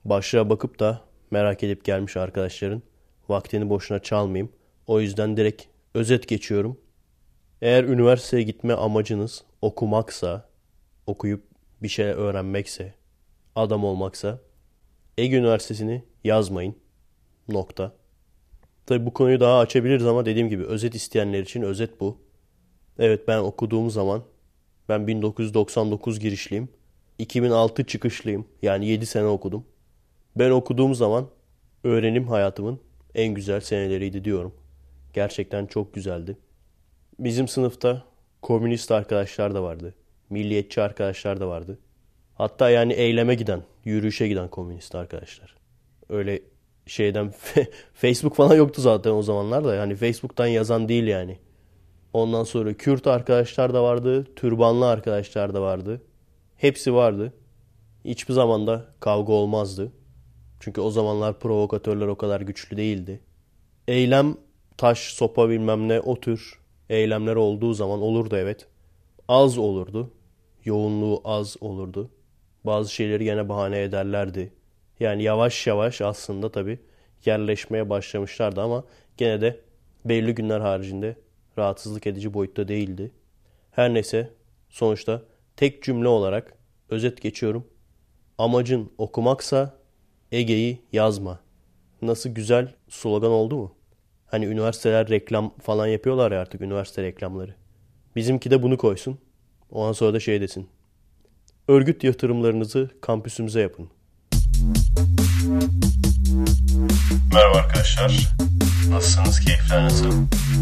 Başlığa bakıp da merak edip gelmiş arkadaşların vaktini boşuna çalmayayım. O yüzden direkt özet geçiyorum. Eğer üniversiteye gitme amacınız okumaksa, okuyup bir şeyler öğrenmekse, adam olmaksa Ege Üniversitesi'ni yazmayın. Nokta. Tabii bu konuyu daha açabiliriz ama dediğim gibi özet isteyenler için özet bu. Evet, ben okuduğum zaman ben 1999 girişliyim. 2006 çıkışlıyım. Yani 7 sene okudum. Ben okuduğum zaman öğrenim hayatımın en güzel seneleriydi diyorum. Gerçekten çok güzeldi. Bizim sınıfta komünist arkadaşlar da vardı. Milliyetçi arkadaşlar da vardı. Hatta yani eyleme giden, yürüyüşe giden komünist arkadaşlar. Öyle şeyden Facebook falan yoktu zaten o zamanlar da. Yani Facebook'tan yazan değil yani. Ondan sonra Kürt arkadaşlar da vardı. Türbanlı arkadaşlar da vardı. Hepsi vardı. Hiçbir zaman da kavga olmazdı. Çünkü o zamanlar provokatörler o kadar güçlü değildi. Eylem, taş, sopa bilmem ne o tür eylemler olduğu zaman olurdu evet. Az olurdu. Yoğunluğu az olurdu. Bazı şeyleri gene bahane ederlerdi. Yani yavaş yavaş aslında tabii yerleşmeye başlamışlardı ama gene de belli günler haricinde rahatsızlık edici boyutta değildi. Her neyse sonuçta tek cümle olarak özet geçiyorum. Amacın okumaksa Ege'yi yazma. Nasıl güzel slogan oldu mu? Hani üniversiteler reklam falan yapıyorlar ya artık üniversite reklamları. Bizimki de bunu koysun. Ondan sonra da şey desin. Örgüt yatırımlarınızı kampüsümüze yapın. Merhaba arkadaşlar. Nasılsınız? Keyifler nasıl?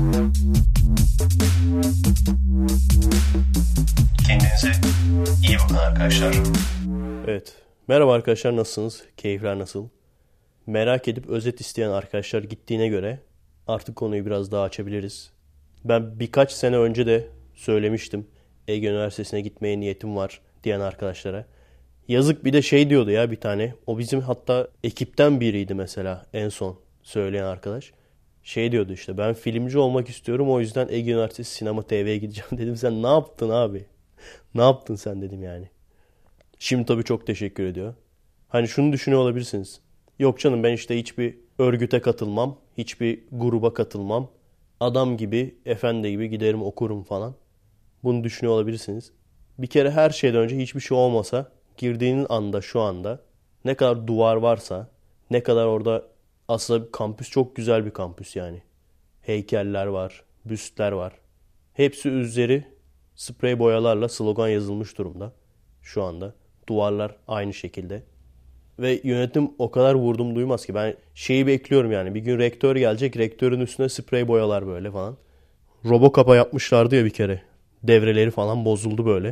Kendinize iyi bakın arkadaşlar. Evet. Merhaba arkadaşlar, nasılsınız? Keyifler nasıl? Merak edip özet isteyen arkadaşlar gittiğine göre artık konuyu biraz daha açabiliriz. Ben birkaç sene önce de söylemiştim. Ege Üniversitesi'ne gitmeye niyetim var diyen arkadaşlara. Yazık, bir de şey diyordu ya bir tane. O bizim hatta ekipten biriydi mesela en son söyleyen arkadaş. Şey diyordu işte, ben filmci olmak istiyorum o yüzden Ege Üniversitesi Sinema TV'ye gideceğim. Dedim sen ne yaptın abi? Ne yaptın sen dedim yani. Şimdi tabii çok teşekkür ediyor. Hani şunu düşünüyor olabilirsiniz. Yok canım, ben işte hiçbir örgüte katılmam. Hiçbir gruba katılmam. Adam gibi, efendi gibi giderim okurum falan. Bunu düşünüyor olabilirsiniz. Bir kere her şeyden önce hiçbir şey olmasa girdiğinin anda şu anda ne kadar duvar varsa, ne kadar orada aslında kampüs çok güzel bir kampüs yani. Heykeller var, büstler var. Hepsi üzeri sprey boyalarla slogan yazılmış durumda şu anda. Duvarlar aynı şekilde. Ve yönetim o kadar vurdum duymaz ki. Ben şeyi bekliyorum yani. Bir gün rektör gelecek. Rektörün üstüne sprey boyalar böyle falan. Robocop'a yapmışlardı ya bir kere. Devreleri falan bozuldu böyle.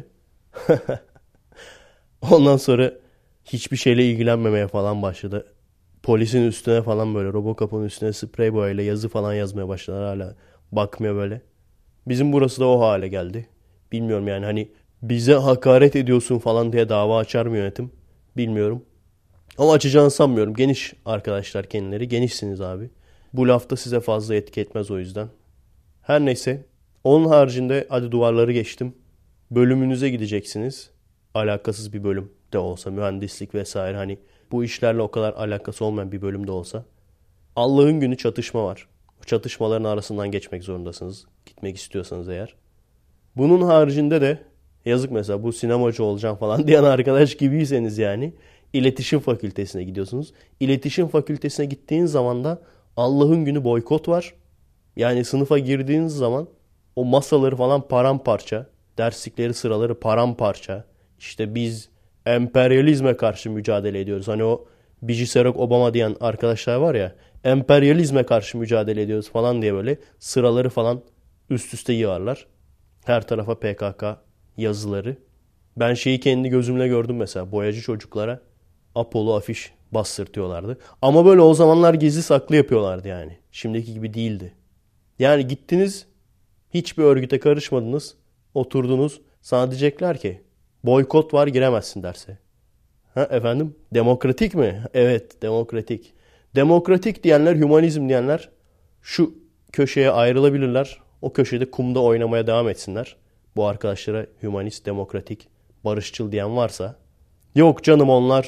Ondan sonra hiçbir şeyle ilgilenmemeye falan başladı. Polisin üstüne falan böyle Robocop'un üstüne sprey boyayla yazı falan yazmaya başladılar, hala bakmıyor böyle. Bizim burası da o hale geldi. Bilmiyorum yani, hani bize hakaret ediyorsun falan diye dava açar mı yönetim? Bilmiyorum. Ama açacağını sanmıyorum. Geniş arkadaşlar kendileri. Genişsiniz abi. Bu lafta size fazla etki etmez o yüzden. Her neyse. Onun haricinde hadi duvarları geçtim. Bölümünüze gideceksiniz. Alakasız bir bölüm de olsa, mühendislik vesaire, hani bu işlerle o kadar alakası olmayan bir bölüm de olsa. Allah'ın günü çatışma var. Bu çatışmaların arasından geçmek zorundasınız. Gitmek istiyorsanız eğer. Bunun haricinde de yazık mesela, bu sinemacı olacağım falan diyen arkadaş gibiyseniz yani iletişim fakültesine gidiyorsunuz. İletişim fakültesine gittiğiniz zaman da Allah'ın günü boykot var. Yani sınıfa girdiğiniz zaman o masaları falan paramparça, derslikleri sıraları paramparça. İşte biz emperyalizme karşı mücadele ediyoruz. Hani o Barack Obama diyen arkadaşlar var ya, emperyalizme karşı mücadele ediyoruz falan diye böyle sıraları falan üst üste yığarlar. Her tarafa PKK yazıları. Ben şeyi kendi gözümle gördüm mesela. Boyacı çocuklara Apollo afiş bastırtıyorlardı. Ama böyle o zamanlar gizli saklı yapıyorlardı yani. Şimdiki gibi değildi. Yani gittiniz, hiçbir örgüte karışmadınız. Oturdunuz. Sana diyecekler ki boykot var, giremezsin derse. Ha efendim, demokratik mi? Evet, demokratik. Demokratik diyenler, hümanizm diyenler şu köşeye ayrılabilirler. O köşede kumda oynamaya devam etsinler. Bu arkadaşlara hümanist, demokratik, barışçıl diyen varsa. Yok canım, onlar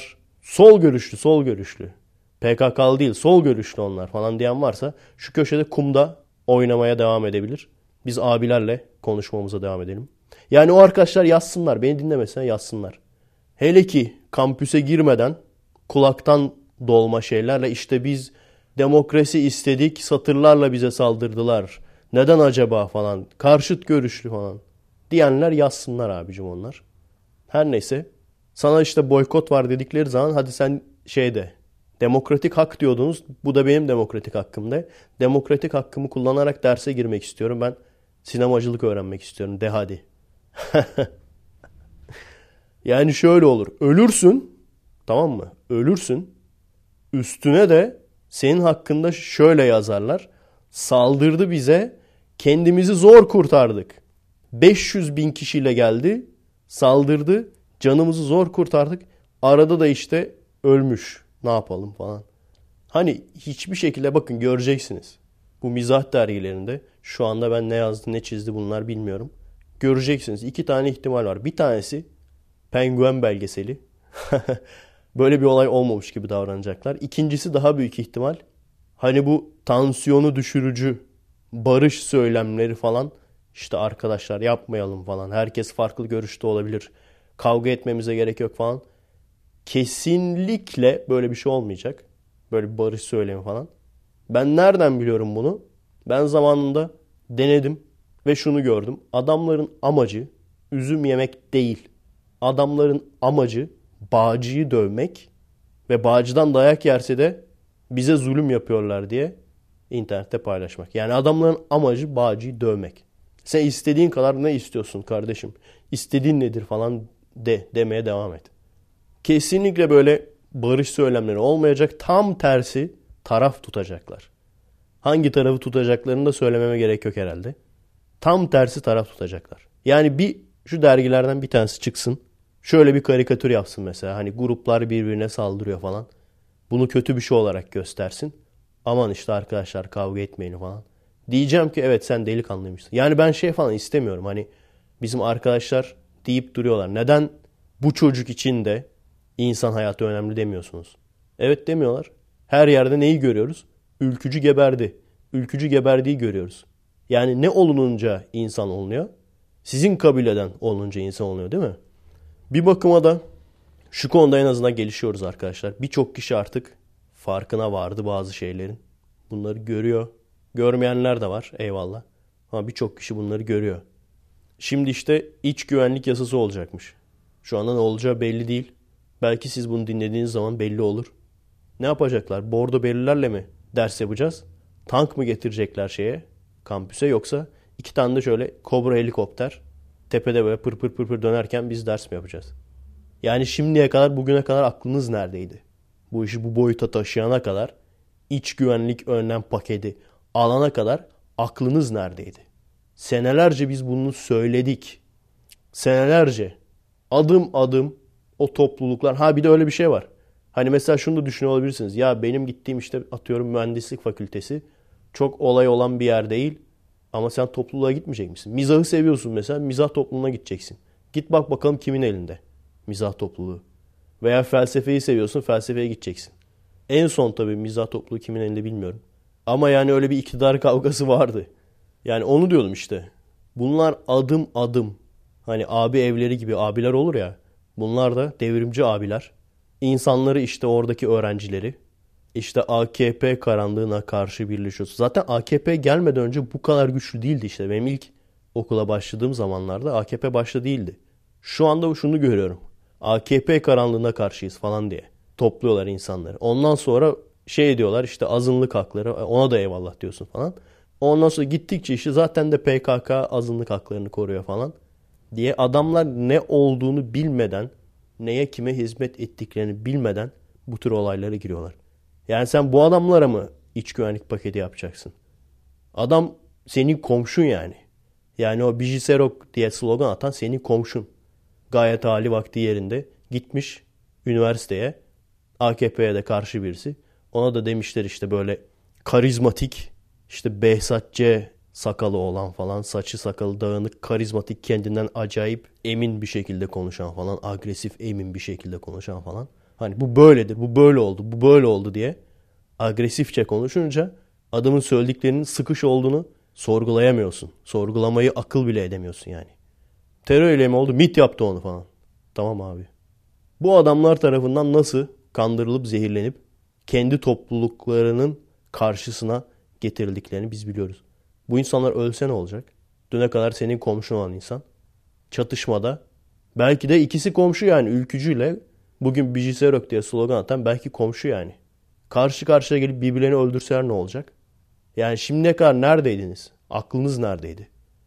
Sol görüşlü, sol görüşlü. PKK'lı değil, sol görüşlü onlar falan diyen varsa şu köşede kumda oynamaya devam edebilir. Biz abilerle konuşmamıza devam edelim. Yani o arkadaşlar yazsınlar. Beni dinlemesine yazsınlar. Hele ki kampüse girmeden kulaktan dolma şeylerle işte biz demokrasi istedik, satırlarla bize saldırdılar. Neden acaba falan. Karşıt görüşlü falan diyenler yazsınlar abicim onlar. Her neyse. Sana işte boykot var dedikleri zaman hadi sen şeyde demokratik hak diyordunuz. Bu da benim demokratik hakkımda. Demokratik hakkımı kullanarak derse girmek istiyorum. Ben sinemacılık öğrenmek istiyorum. De hadi. Yani şöyle olur. Ölürsün. Tamam mı? Ölürsün. Üstüne de senin hakkında şöyle yazarlar. Saldırdı bize. Kendimizi zor kurtardık. 500 bin kişiyle geldi. Saldırdı. Canımızı zor kurtardık. Arada da işte ölmüş. Ne yapalım falan. Hani hiçbir şekilde bakın göreceksiniz. Bu mizah dergilerinde şu anda ben ne yazdı ne çizdi bunlar bilmiyorum. Göreceksiniz. 2 tane ihtimal var. Bir tanesi penguen belgeseli. Böyle bir olay olmamış gibi davranacaklar. İkincisi daha büyük ihtimal. Hani bu tansiyonu düşürücü barış söylemleri falan. İşte arkadaşlar yapmayalım falan. Herkes farklı görüşte olabilir. Kavga etmemize gerek yok falan. Kesinlikle böyle bir şey olmayacak. Böyle bir barış söylemi falan. Ben nereden biliyorum bunu? Ben zamanında denedim ve şunu gördüm. Adamların amacı üzüm yemek değil. Adamların amacı bağcıyı dövmek ve bağcıdan dayak yerse de bize zulüm yapıyorlar diye internette paylaşmak. Yani adamların amacı bağcıyı dövmek. Sen istediğin kadar ne istiyorsun kardeşim? İstediğin nedir falan demeye devam et. Kesinlikle böyle barış söylemleri olmayacak. Tam tersi taraf tutacaklar. Hangi tarafı tutacaklarını da söylememe gerek yok herhalde. Tam tersi taraf tutacaklar. Yani bir şu dergilerden bir tanesi çıksın. Şöyle bir karikatür yapsın mesela. Hani gruplar birbirine saldırıyor falan. Bunu kötü bir şey olarak göstersin. Aman işte arkadaşlar kavga etmeyin falan. Diyeceğim ki evet sen delikanlıymışsın. Yani ben şey falan istemiyorum. Hani bizim arkadaşlar deyip duruyorlar. Neden bu çocuk için de insan hayatı önemli demiyorsunuz? Evet demiyorlar. Her yerde neyi görüyoruz? Ülkücü geberdi. Ülkücü geberdiği görüyoruz. Yani ne olununca insan olunuyor? Sizin kabileden olunca insan oluyor değil mi? Bir bakıma da şu konuda en azından gelişiyoruz arkadaşlar. Birçok kişi artık farkına vardı bazı şeylerin. Bunları görüyor. Görmeyenler de var eyvallah. Ama birçok kişi bunları görüyor. Şimdi işte iç güvenlik yasası olacakmış. Şu anda ne olacağı belli değil. Belki siz bunu dinlediğiniz zaman belli olur. Ne yapacaklar? Bordo belirlerle mi ders yapacağız? Tank mı getirecekler kampüse yoksa 2 tane de şöyle Kobra helikopter tepede böyle pır pır pır pır dönerken biz ders mi yapacağız? Yani şimdiye kadar bugüne kadar aklınız neredeydi? Bu işi bu boyuta taşıyana kadar iç güvenlik önlem paketi alana kadar aklınız neredeydi? Senelerce biz bunu söyledik. Senelerce adım adım o topluluklar. Ha bir de öyle bir şey var. Hani mesela şunu da düşünüyor olabilirsiniz. Ya benim gittiğim işte atıyorum mühendislik fakültesi çok olay olan bir yer değil. Ama sen topluluğa gitmeyecek misin? Mizahı seviyorsun mesela. Mizah topluluğuna gideceksin. Git bak bakalım kimin elinde mizah topluluğu. Veya felsefeyi seviyorsun, felsefeye gideceksin. En son tabii mizah topluluğu kimin elinde bilmiyorum. Ama yani öyle bir iktidar kavgası vardı. Yani onu diyordum işte. Bunlar adım adım. Hani abi evleri gibi abiler olur ya. Bunlar da devrimci abiler. İnsanları işte oradaki öğrencileri. İşte AKP karanlığına karşı birleşiyoruz. Zaten AKP gelmeden önce bu kadar güçlü değildi işte. Benim ilk okula başladığım zamanlarda AKP başta değildi. Şu anda şunu görüyorum. AKP karanlığına karşıyız falan diye topluyorlar insanları. Ondan sonra şey diyorlar işte azınlık hakları ona da eyvallah diyorsun falan. Ondan sonra gittikçe işte zaten de PKK azınlık haklarını koruyor falan diye adamlar ne olduğunu bilmeden neye kime hizmet ettiklerini bilmeden bu tür olaylara giriyorlar. Yani sen bu adamlara mı iç güvenlik paketi yapacaksın? Adam senin komşun yani. Yani o Biji Serok diye slogan atan senin komşun. Gayet hali vakti yerinde gitmiş üniversiteye AKP'ye de karşı birisi. Ona da demişler işte böyle karizmatik işte Behzat Ç. sakalı olan falan saçı sakalı dağınık karizmatik kendinden acayip emin bir şekilde konuşan falan agresif emin bir şekilde konuşan falan. Hani bu böyledir, bu böyle oldu, bu böyle oldu diye agresifçe konuşunca adamın söylediklerinin sıkış olduğunu sorgulayamıyorsun. Sorgulamayı akıl bile edemiyorsun yani. Terör eylemi oldu, MİT yaptı onu falan. Tamam abi. Bu adamlar tarafından nasıl kandırılıp zehirlenip kendi topluluklarının karşısına getirildiklerini biz biliyoruz. Bu insanlar ölse ne olacak? Düne kadar senin komşun olan insan. Çatışmada belki de ikisi komşu yani ülkücüyle bugün Bilgisayar diye slogan atan belki komşu yani. Karşı karşıya gelip birbirlerini öldürseler ne olacak? Yani şimdiye kadar neredeydiniz? Aklınız neredeydi?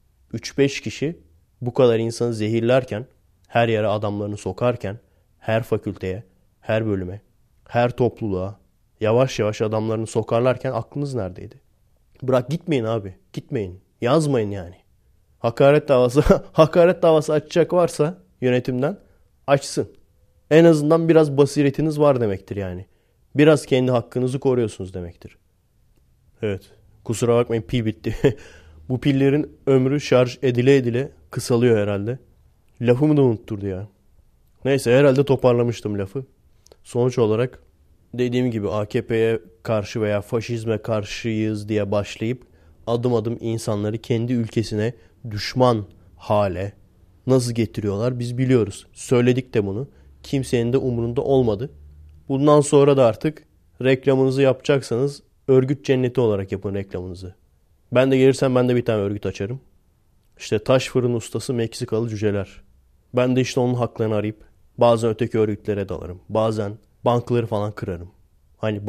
3-5 kişi bu kadar insanı zehirlerken, her yere adamlarını sokarken, her fakülteye, her bölüme, her topluluğa yavaş yavaş adamlarını sokarlarken aklınız neredeydi? Bırak gitmeyin abi. Gitmeyin. Yazmayın yani. Hakaret davası hakaret davası açacak varsa yönetimden açsın. En azından biraz basiretiniz var demektir yani. Biraz kendi hakkınızı koruyorsunuz demektir. Evet. Kusura bakmayın pil bitti. Bu pillerin ömrü şarj edile edile kısalıyor herhalde. Lafımı da unutturdu ya. Neyse herhalde toparlamıştım lafı. Sonuç olarak dediğim gibi AKP'ye karşı veya faşizme karşıyız diye başlayıp adım adım insanları kendi ülkesine düşman hale nasıl getiriyorlar biz biliyoruz. Söyledik de bunu. Kimsenin de umurunda olmadı. Bundan sonra da artık reklamınızı yapacaksanız örgüt cenneti olarak yapın reklamınızı. Ben de gelirsem ben de bir tane örgüt açarım. İşte taş fırın ustası Meksikalı cüceler. Ben de işte onun haklarını arayıp bazen öteki örgütlere dalarım. Bazen bankları falan kırarım. Hani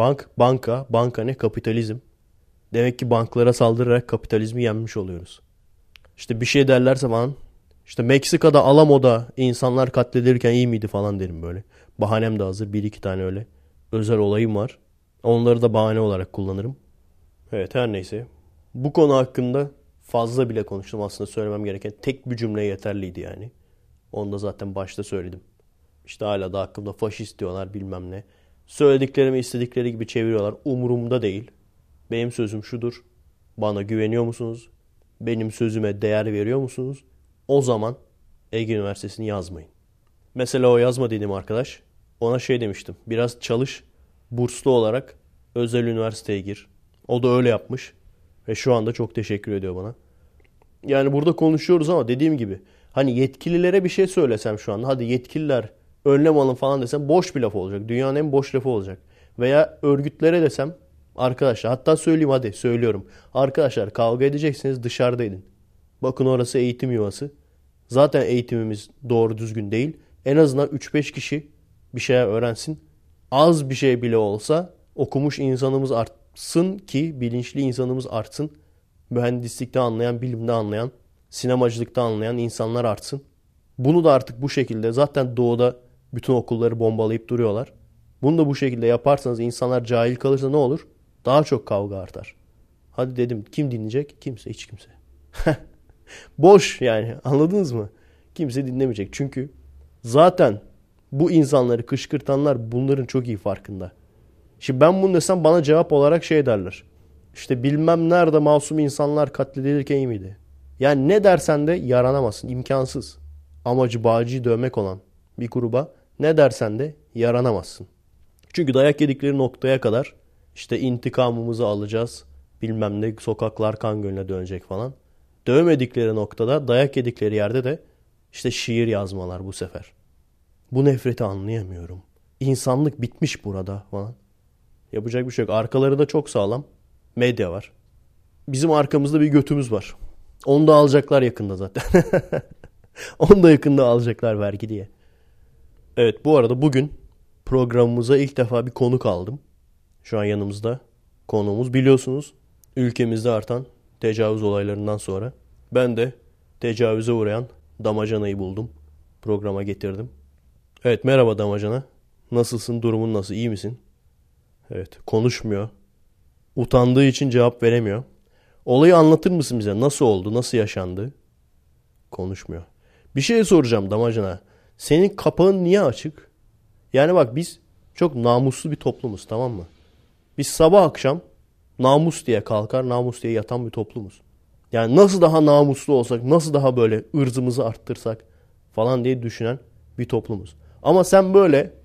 banka ne? Kapitalizm. Demek ki banklara saldırarak kapitalizmi yenmiş oluyoruz. İşte bir şey derlerse falan. İşte Meksika'da Alamo'da insanlar katledilirken iyi miydi falan derim böyle. Bahanem de hazır. Bir iki tane öyle özel olayım var. Onları da bahane olarak kullanırım. Evet her neyse. Bu konu hakkında fazla bile konuştum aslında söylemem gereken. Tek bir cümle yeterliydi yani. Onu da zaten başta söyledim. İşte hala da hakkımda faşist diyorlar bilmem ne. Söylediklerimi istedikleri gibi çeviriyorlar. Umurumda değil. Benim sözüm şudur. Bana güveniyor musunuz? Benim sözüme değer veriyor musunuz? O zaman Ege Üniversitesi'ni yazmayın. Mesela o yazma dediğim arkadaş. Ona şey demiştim. Biraz çalış. Burslu olarak özel üniversiteye gir. O da öyle yapmış. Ve şu anda çok teşekkür ediyor bana. Yani burada konuşuyoruz ama dediğim gibi. Hani yetkililere bir şey söylesem şu anda. Hadi yetkililer önlem alın falan desem boş bir laf olacak. Dünyanın en boş lafı olacak. Veya örgütlere desem arkadaşlar hatta söyleyeyim hadi söylüyorum. Arkadaşlar kavga edeceksiniz dışarıda edin. Bakın orası eğitim yuvası. Zaten eğitimimiz doğru düzgün değil. En azından 3-5 kişi bir şeyler öğrensin. Az bir şey bile olsa okumuş insanımız artsın ki bilinçli insanımız artsın. Mühendislikte anlayan, bilimde anlayan, sinemacılıkta anlayan insanlar artsın. Bunu da artık bu şekilde zaten doğuda bütün okulları bombalayıp duruyorlar. Bunu da bu şekilde yaparsanız insanlar cahil kalırsa ne olur? Daha çok kavga artar. Hadi dedim kim dinleyecek? Kimse hiç kimse. Boş yani anladınız mı? Kimse dinlemeyecek. Çünkü zaten bu insanları kışkırtanlar bunların çok iyi farkında. Şimdi ben bunu desem bana cevap olarak şey derler. İşte bilmem nerede masum insanlar katledilirken iyi miydi? Yani ne dersen de yaranamazsın. İmkansız. Amacı bağcıyı dövmek olan bir gruba ne dersen de yaranamazsın. Çünkü dayak yedikleri noktaya kadar işte intikamımızı alacağız. Bilmem ne sokaklar kan gölüne dönecek falan. Dövmedikleri noktada dayak yedikleri yerde de işte şiir yazmalar bu sefer. Bu nefreti anlayamıyorum. İnsanlık bitmiş burada falan. Yapacak bir şey yok. Arkaları da çok sağlam. Medya var. Bizim arkamızda bir götümüz var. Onu da alacaklar yakında zaten. Onu da yakında alacaklar vergi diye. Evet bu arada bugün programımıza ilk defa bir konuk aldım. Şu an yanımızda konuğumuz biliyorsunuz. Ülkemizde artan tecavüz olaylarından sonra ben de tecavüze uğrayan Damacana'yı buldum. Programa getirdim. Evet merhaba Damacana. Nasılsın? Durumun nasıl? İyi misin? Evet konuşmuyor. Utandığı için cevap veremiyor. Olayı anlatır mısın bize? Nasıl oldu? Nasıl yaşandı? Konuşmuyor. Bir şey soracağım Damacana. Senin kapağın niye açık? Yani bak biz çok namuslu bir toplumuz tamam mı? Biz sabah akşam namus diye kalkar, namus diye yatan bir toplumuz. Yani nasıl daha namuslu olsak, nasıl daha böyle ırzımızı arttırsak falan diye düşünen bir toplumuz. Ama sen böyle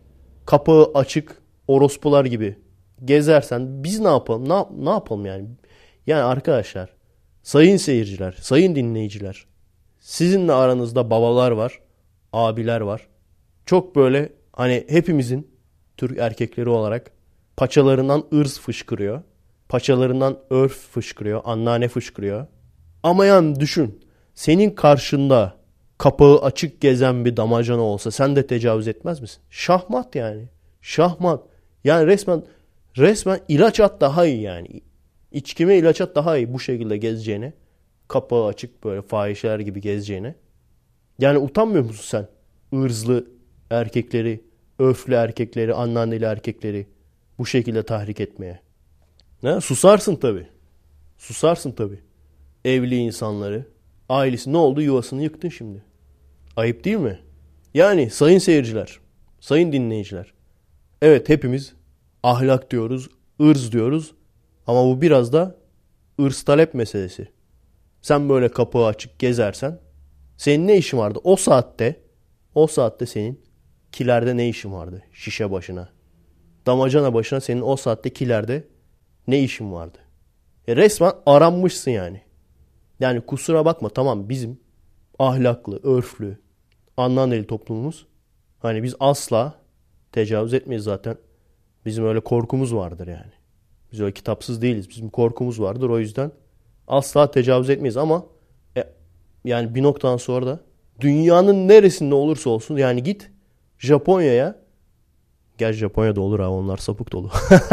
kapağı açık orospular gibi gezersen biz ne yapalım? Ne yapalım yani? Yani arkadaşlar, sayın seyirciler, sayın dinleyiciler, sizinle aranızda babalar var, abiler var. Çok böyle hani hepimizin Türk erkekleri olarak paçalarından ırz fışkırıyor. Paçalarından örf fışkırıyor, anneanne fışkırıyor. Ama yani düşün, senin karşında kapağı açık gezen bir damacana olsa sen de tecavüz etmez misin? Şahmat yani. Şahmat. Yani resmen ilaç at daha iyi yani. İçkime ilaç at daha iyi bu şekilde gezeceğine. Kapağı açık böyle fahişeler gibi gezeceğine. Yani utanmıyor musun sen? Irzlı erkekleri, öflü erkekleri, anneanneli erkekleri bu şekilde tahrik etmeye. Ne? Susarsın tabii. Susarsın tabii. Evli insanları, ailesi ne oldu? Yuvasını yıktın şimdi. Ayıp değil mi? Yani sayın seyirciler, sayın dinleyiciler. Evet, hepimiz ahlak diyoruz, ırz diyoruz. Ama bu biraz da ırz talep meselesi. Sen böyle kapağı açık gezersen senin ne işin vardı? O saatte senin kilerde ne işin vardı? Şişe başına. Damacana başına senin o saatte kilerde ne işin vardı? Resmen aranmışsın yani. Yani kusura bakma, tamam, bizim ahlaklı, örflü, anneanneli toplumumuz. Hani biz asla tecavüz etmeyiz zaten. Bizim öyle korkumuz vardır yani. Biz öyle kitapsız değiliz. Bizim korkumuz vardır. O yüzden asla tecavüz etmeyiz ama yani bir noktadan sonra da dünyanın neresinde olursa olsun yani git Japonya'ya. Gerçi Japonya'da olur ha, onlar sapık dolu.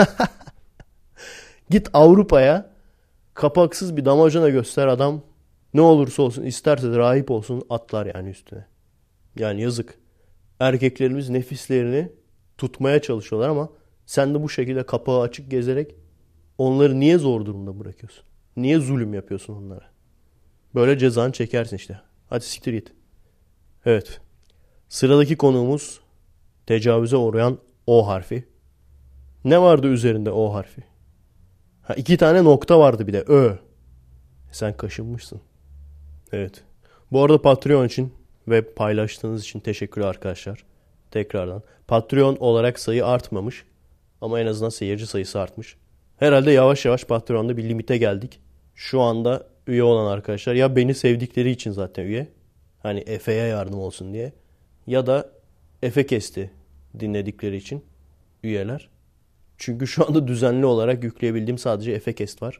Git Avrupa'ya, kapaksız bir damacana göster, adam ne olursa olsun, isterse de rahip olsun, atlar yani üstüne. Yani yazık. Erkeklerimiz nefislerini tutmaya çalışıyorlar ama sen de bu şekilde kapağı açık gezerek onları niye zor durumda bırakıyorsun? Niye zulüm yapıyorsun onlara? Böyle cezanı çekersin işte. Hadi siktir git. Evet. Sıradaki konuğumuz tecavüze uğrayan O harfi. Ne vardı üzerinde O harfi? Ha, 2 tane nokta vardı bir de. Ö. Sen kaşınmışsın. Evet. Bu arada Patreon için ve paylaştığınız için teşekkürler arkadaşlar. Tekrardan. Patreon olarak sayı artmamış. Ama en azından seyirci sayısı artmış. Herhalde yavaş yavaş Patreon'da bir limite geldik. Şu anda üye olan arkadaşlar ya beni sevdikleri için zaten üye. Hani Efe'ye yardım olsun diye. Ya da Efe Kesti dinledikleri için üyeler. Çünkü şu anda düzenli olarak yükleyebildiğim sadece Efe Kest var.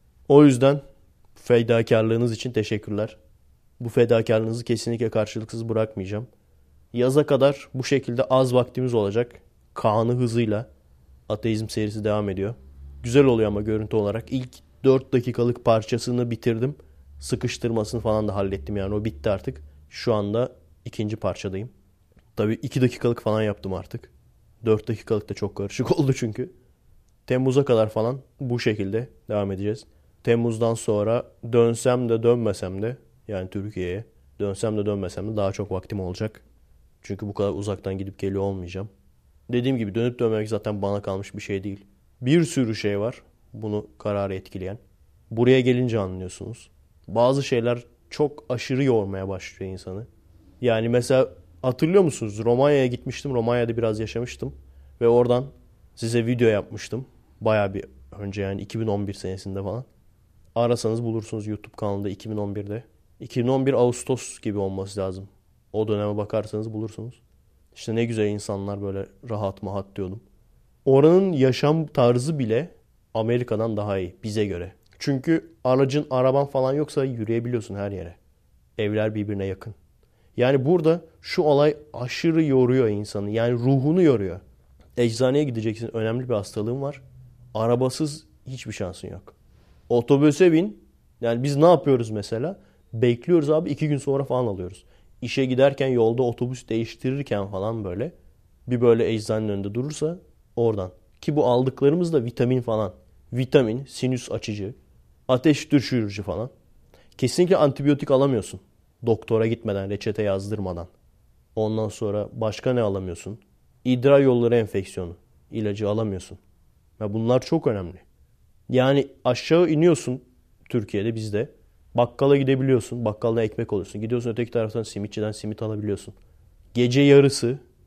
O yüzden fedakarlığınız için teşekkürler. Bu fedakarlığınızı kesinlikle karşılıksız bırakmayacağım. Yaza kadar bu şekilde az vaktimiz olacak. Kaan'ı hızıyla ateizm serisi devam ediyor. Güzel oluyor ama görüntü olarak. İlk 4 dakikalık parçasını bitirdim. Sıkıştırmasını falan da hallettim yani, o bitti artık. Şu anda ikinci parçadayım. Tabii 2 dakikalık falan yaptım artık. 4 dakikalık da çok karışık oldu çünkü. Temmuz'a kadar falan bu şekilde devam edeceğiz. Temmuz'dan sonra dönsem de dönmesem de yani Türkiye'ye dönsem de dönmesem de daha çok vaktim olacak. Çünkü bu kadar uzaktan gidip geliyor olmayacağım. Dediğim gibi dönüp dönmemek zaten bana kalmış bir şey değil. Bir sürü şey var bunu kararı etkileyen. Buraya gelince anlıyorsunuz. Bazı şeyler çok aşırı yormaya başlıyor insanı. Yani mesela hatırlıyor musunuz? Romanya'ya gitmiştim. Romanya'da biraz yaşamıştım. Ve oradan size video yapmıştım. Bayağı bir önce yani 2011 senesinde falan. Arasanız bulursunuz YouTube kanalında 2011'de. 2011 Ağustos gibi olması lazım. O döneme bakarsanız bulursunuz. İşte ne güzel insanlar, böyle rahat mahat diyordum. Oranın yaşam tarzı bile Amerika'dan daha iyi bize göre. Çünkü araban falan yoksa yürüyebiliyorsun her yere. Evler birbirine yakın. Yani burada şu olay aşırı yoruyor insanı. Yani ruhunu yoruyor. Eczaneye gideceksin, önemli bir hastalığın var. Arabasız hiçbir şansın yok. Otobüse bin. Yani biz ne yapıyoruz mesela? Bekliyoruz abi, 2 gün sonra falan alıyoruz. İşe giderken yolda otobüs değiştirirken falan böyle. Bir böyle eczanenin önünde durursa oradan. Ki bu aldıklarımız da vitamin falan. Vitamin, sinüs açıcı, ateş düşürücü falan. Kesinlikle antibiyotik alamıyorsun. Doktora gitmeden, reçete yazdırmadan. Ondan sonra başka ne alamıyorsun? İdrar yolları enfeksiyonu ilacı alamıyorsun. Ya bunlar çok önemli. Yani aşağı iniyorsun Türkiye'de, bizde. Bakkala gidebiliyorsun. Bakkaldan ekmek alıyorsun. Gidiyorsun öteki taraftan simitçiden simit alabiliyorsun. Gece yarısı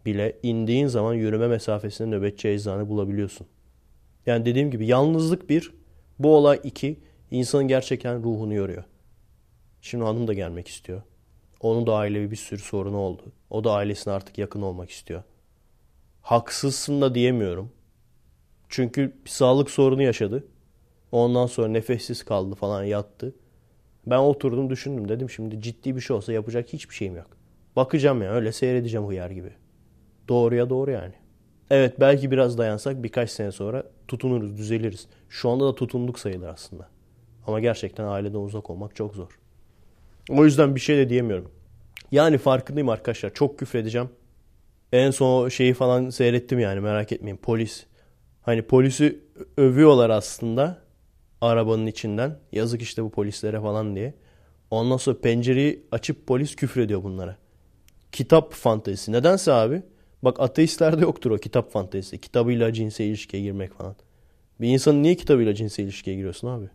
bile indiğin zaman yürüme mesafesinde nöbetçi eczane bulabiliyorsun. Yani dediğim gibi yalnızlık bir, bu olay iki, insanın gerçekten ruhunu yoruyor. Şimdi hanım da gelmek istiyor. Onun da ailevi bir sürü sorunu oldu. O da ailesine artık yakın olmak istiyor. Haksızsın da diyemiyorum. Çünkü bir sağlık sorunu yaşadı. Ondan sonra nefessiz kaldı falan, yattı. Ben oturdum düşündüm, dedim şimdi ciddi bir şey olsa yapacak hiçbir şeyim yok. Bakacağım ya, öyle seyredeceğim hıyar gibi. Doğruya doğru yani. Evet, belki biraz dayansak birkaç sene sonra tutunuruz, düzeliriz. Şu anda da tutunduk sayılır aslında. Ama gerçekten aileden uzak olmak çok zor. O yüzden bir şey de diyemiyorum. Yani farkındayım arkadaşlar, çok küfredeceğim. En son o şeyi falan seyrettim yani, merak etmeyin, polis. Hani polisi övüyorlar aslında arabanın içinden. Yazık işte bu polislere falan diye. Ondan sonra pencereyi açıp polis küfür ediyor bunlara. Kitap fantezisi. Nedense abi. Bak, ateistlerde yoktur o kitap fantezisi. Kitabıyla cinsel ilişkiye girmek falan. Bir insanın niye kitabıyla cinsel ilişkiye giriyorsun abi?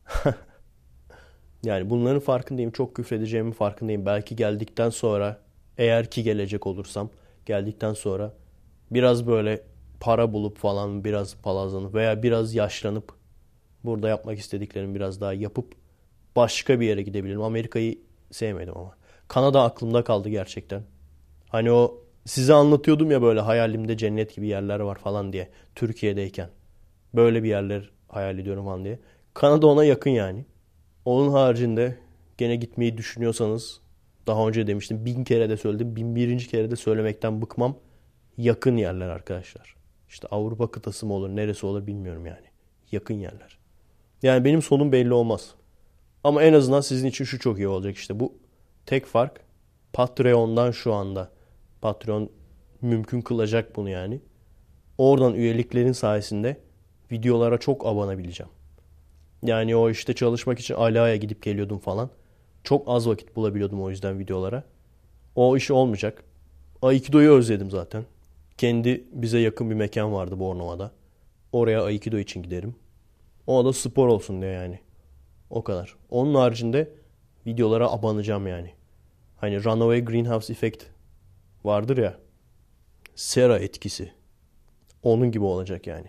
Yani bunların farkındayım. Çok küfredeceğimin farkındayım. Belki geldikten sonra, eğer ki gelecek olursam, geldikten sonra biraz böyle para bulup falan, biraz palazlanıp veya biraz yaşlanıp burada yapmak istediklerimi biraz daha yapıp başka bir yere gidebilirim. Amerika'yı sevmedim ama. Kanada aklımda kaldı gerçekten. Hani o size anlatıyordum ya, böyle hayalimde cennet gibi yerler var falan diye. Türkiye'deyken. Böyle bir yerler hayal ediyorum falan diye. Kanada ona yakın yani. Onun haricinde gene gitmeyi düşünüyorsanız, daha önce demiştim, 1000 kere de söyledim. 1001. kere de söylemekten bıkmam. Yakın yerler arkadaşlar. İşte Avrupa kıtası mı olur, neresi olur bilmiyorum yani. Yakın yerler. Yani benim sonum belli olmaz. Ama en azından sizin için şu çok iyi olacak işte. Bu tek fark Patreon'dan şu anda. Patreon mümkün kılacak bunu yani. Oradan üyeliklerin sayesinde videolara çok abanabileceğim. Yani o işte çalışmak için Ala'ya gidip geliyordum falan. Çok az vakit bulabiliyordum o yüzden videolara. O iş olmayacak. Aikido'yu özledim zaten. Kendi bize yakın bir mekan vardı Bornova'da. Oraya Aikido için giderim. O da spor olsun diye yani. O kadar. Onun haricinde videolara abanacağım yani. Hani Runaway Greenhouse Effect vardır ya. Sera etkisi. Onun gibi olacak yani.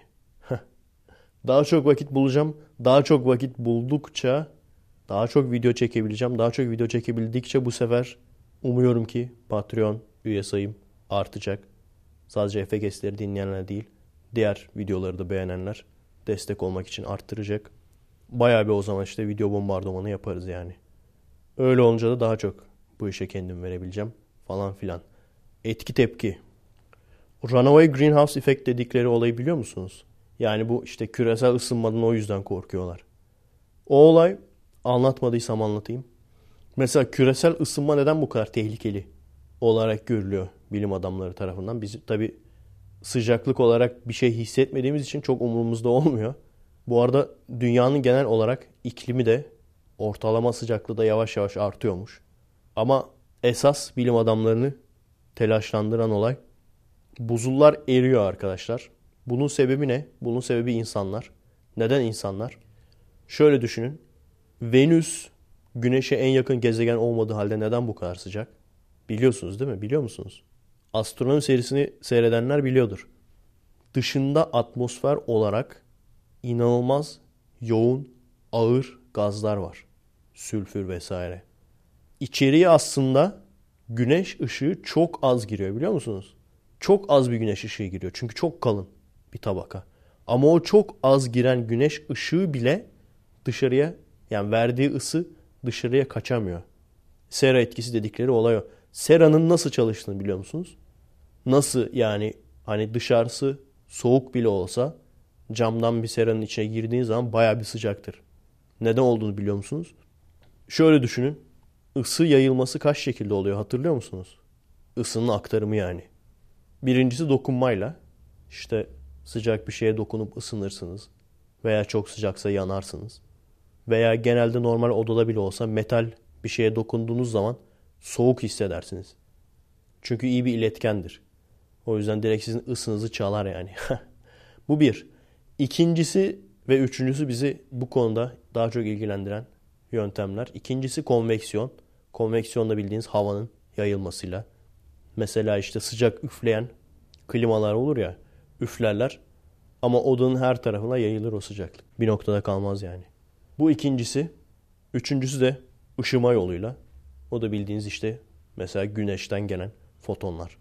Daha çok vakit bulacağım. Daha çok vakit buldukça daha çok video çekebileceğim. Daha çok video çekebildikçe bu sefer umuyorum ki Patreon üye sayım artacak. Sadece FKS'leri dinleyenler değil, diğer videoları da beğenenler destek olmak için arttıracak. Bayağı bir o zaman işte video bombardımanı yaparız yani. Öyle olunca da daha çok bu işe kendim verebileceğim falan filan. Etki tepki. Runaway Greenhouse Effect dedikleri olayı biliyor musunuz? Yani bu işte küresel ısınmadan o yüzden korkuyorlar. O olay, anlatmadıysam anlatayım. Mesela küresel ısınma neden bu kadar tehlikeli olarak görülüyor bilim adamları tarafından? Biz tabii sıcaklık olarak bir şey hissetmediğimiz için çok umurumuzda olmuyor. Bu arada dünyanın genel olarak iklimi de, ortalama sıcaklığı da yavaş yavaş artıyormuş. Ama esas bilim adamlarını telaşlandıran olay, buzullar eriyor arkadaşlar. Bunun sebebi ne? Bunun sebebi insanlar. Neden insanlar? Şöyle düşünün. Venüs Güneş'e en yakın gezegen olmadığı halde neden bu kadar sıcak? Biliyorsunuz değil mi? Biliyor musunuz? Astronomi serisini seyredenler biliyordur. Dışında atmosfer olarak inanılmaz yoğun, ağır gazlar var. Sülfür vesaire. İçeriye aslında güneş ışığı çok az giriyor, biliyor musunuz? Çok az bir güneş ışığı giriyor. Çünkü çok kalın bir tabaka. Ama o çok az giren güneş ışığı bile dışarıya, yani verdiği ısı dışarıya kaçamıyor. Sera etkisi dedikleri olay o. Sera'nın nasıl çalıştığını biliyor musunuz? Nasıl yani, hani dışarısı soğuk bile olsa camdan bir seranın içine girdiğin zaman bayağı bir sıcaktır. Neden olduğunu biliyor musunuz? Şöyle düşünün. Isı yayılması kaç şekilde oluyor hatırlıyor musunuz? Isının aktarımı yani. Birincisi dokunmayla. İşte sıcak bir şeye dokunup ısınırsınız. Veya çok sıcaksa yanarsınız. Veya genelde normal odada bile olsa metal bir şeye dokunduğunuz zaman soğuk hissedersiniz. Çünkü iyi bir iletkendir. O yüzden direkt sizin ısınızı çalar yani. Bu bir. İkincisi ve üçüncüsü bizi bu konuda daha çok ilgilendiren yöntemler. İkincisi konveksiyon. Konveksiyon da bildiğiniz havanın yayılmasıyla. Mesela işte sıcak üfleyen klimalar olur ya, üflerler ama odanın her tarafına yayılır o sıcaklık. Bir noktada kalmaz yani. Bu ikincisi. Üçüncüsü de ışıma yoluyla. O da bildiğiniz işte mesela güneşten gelen fotonlar.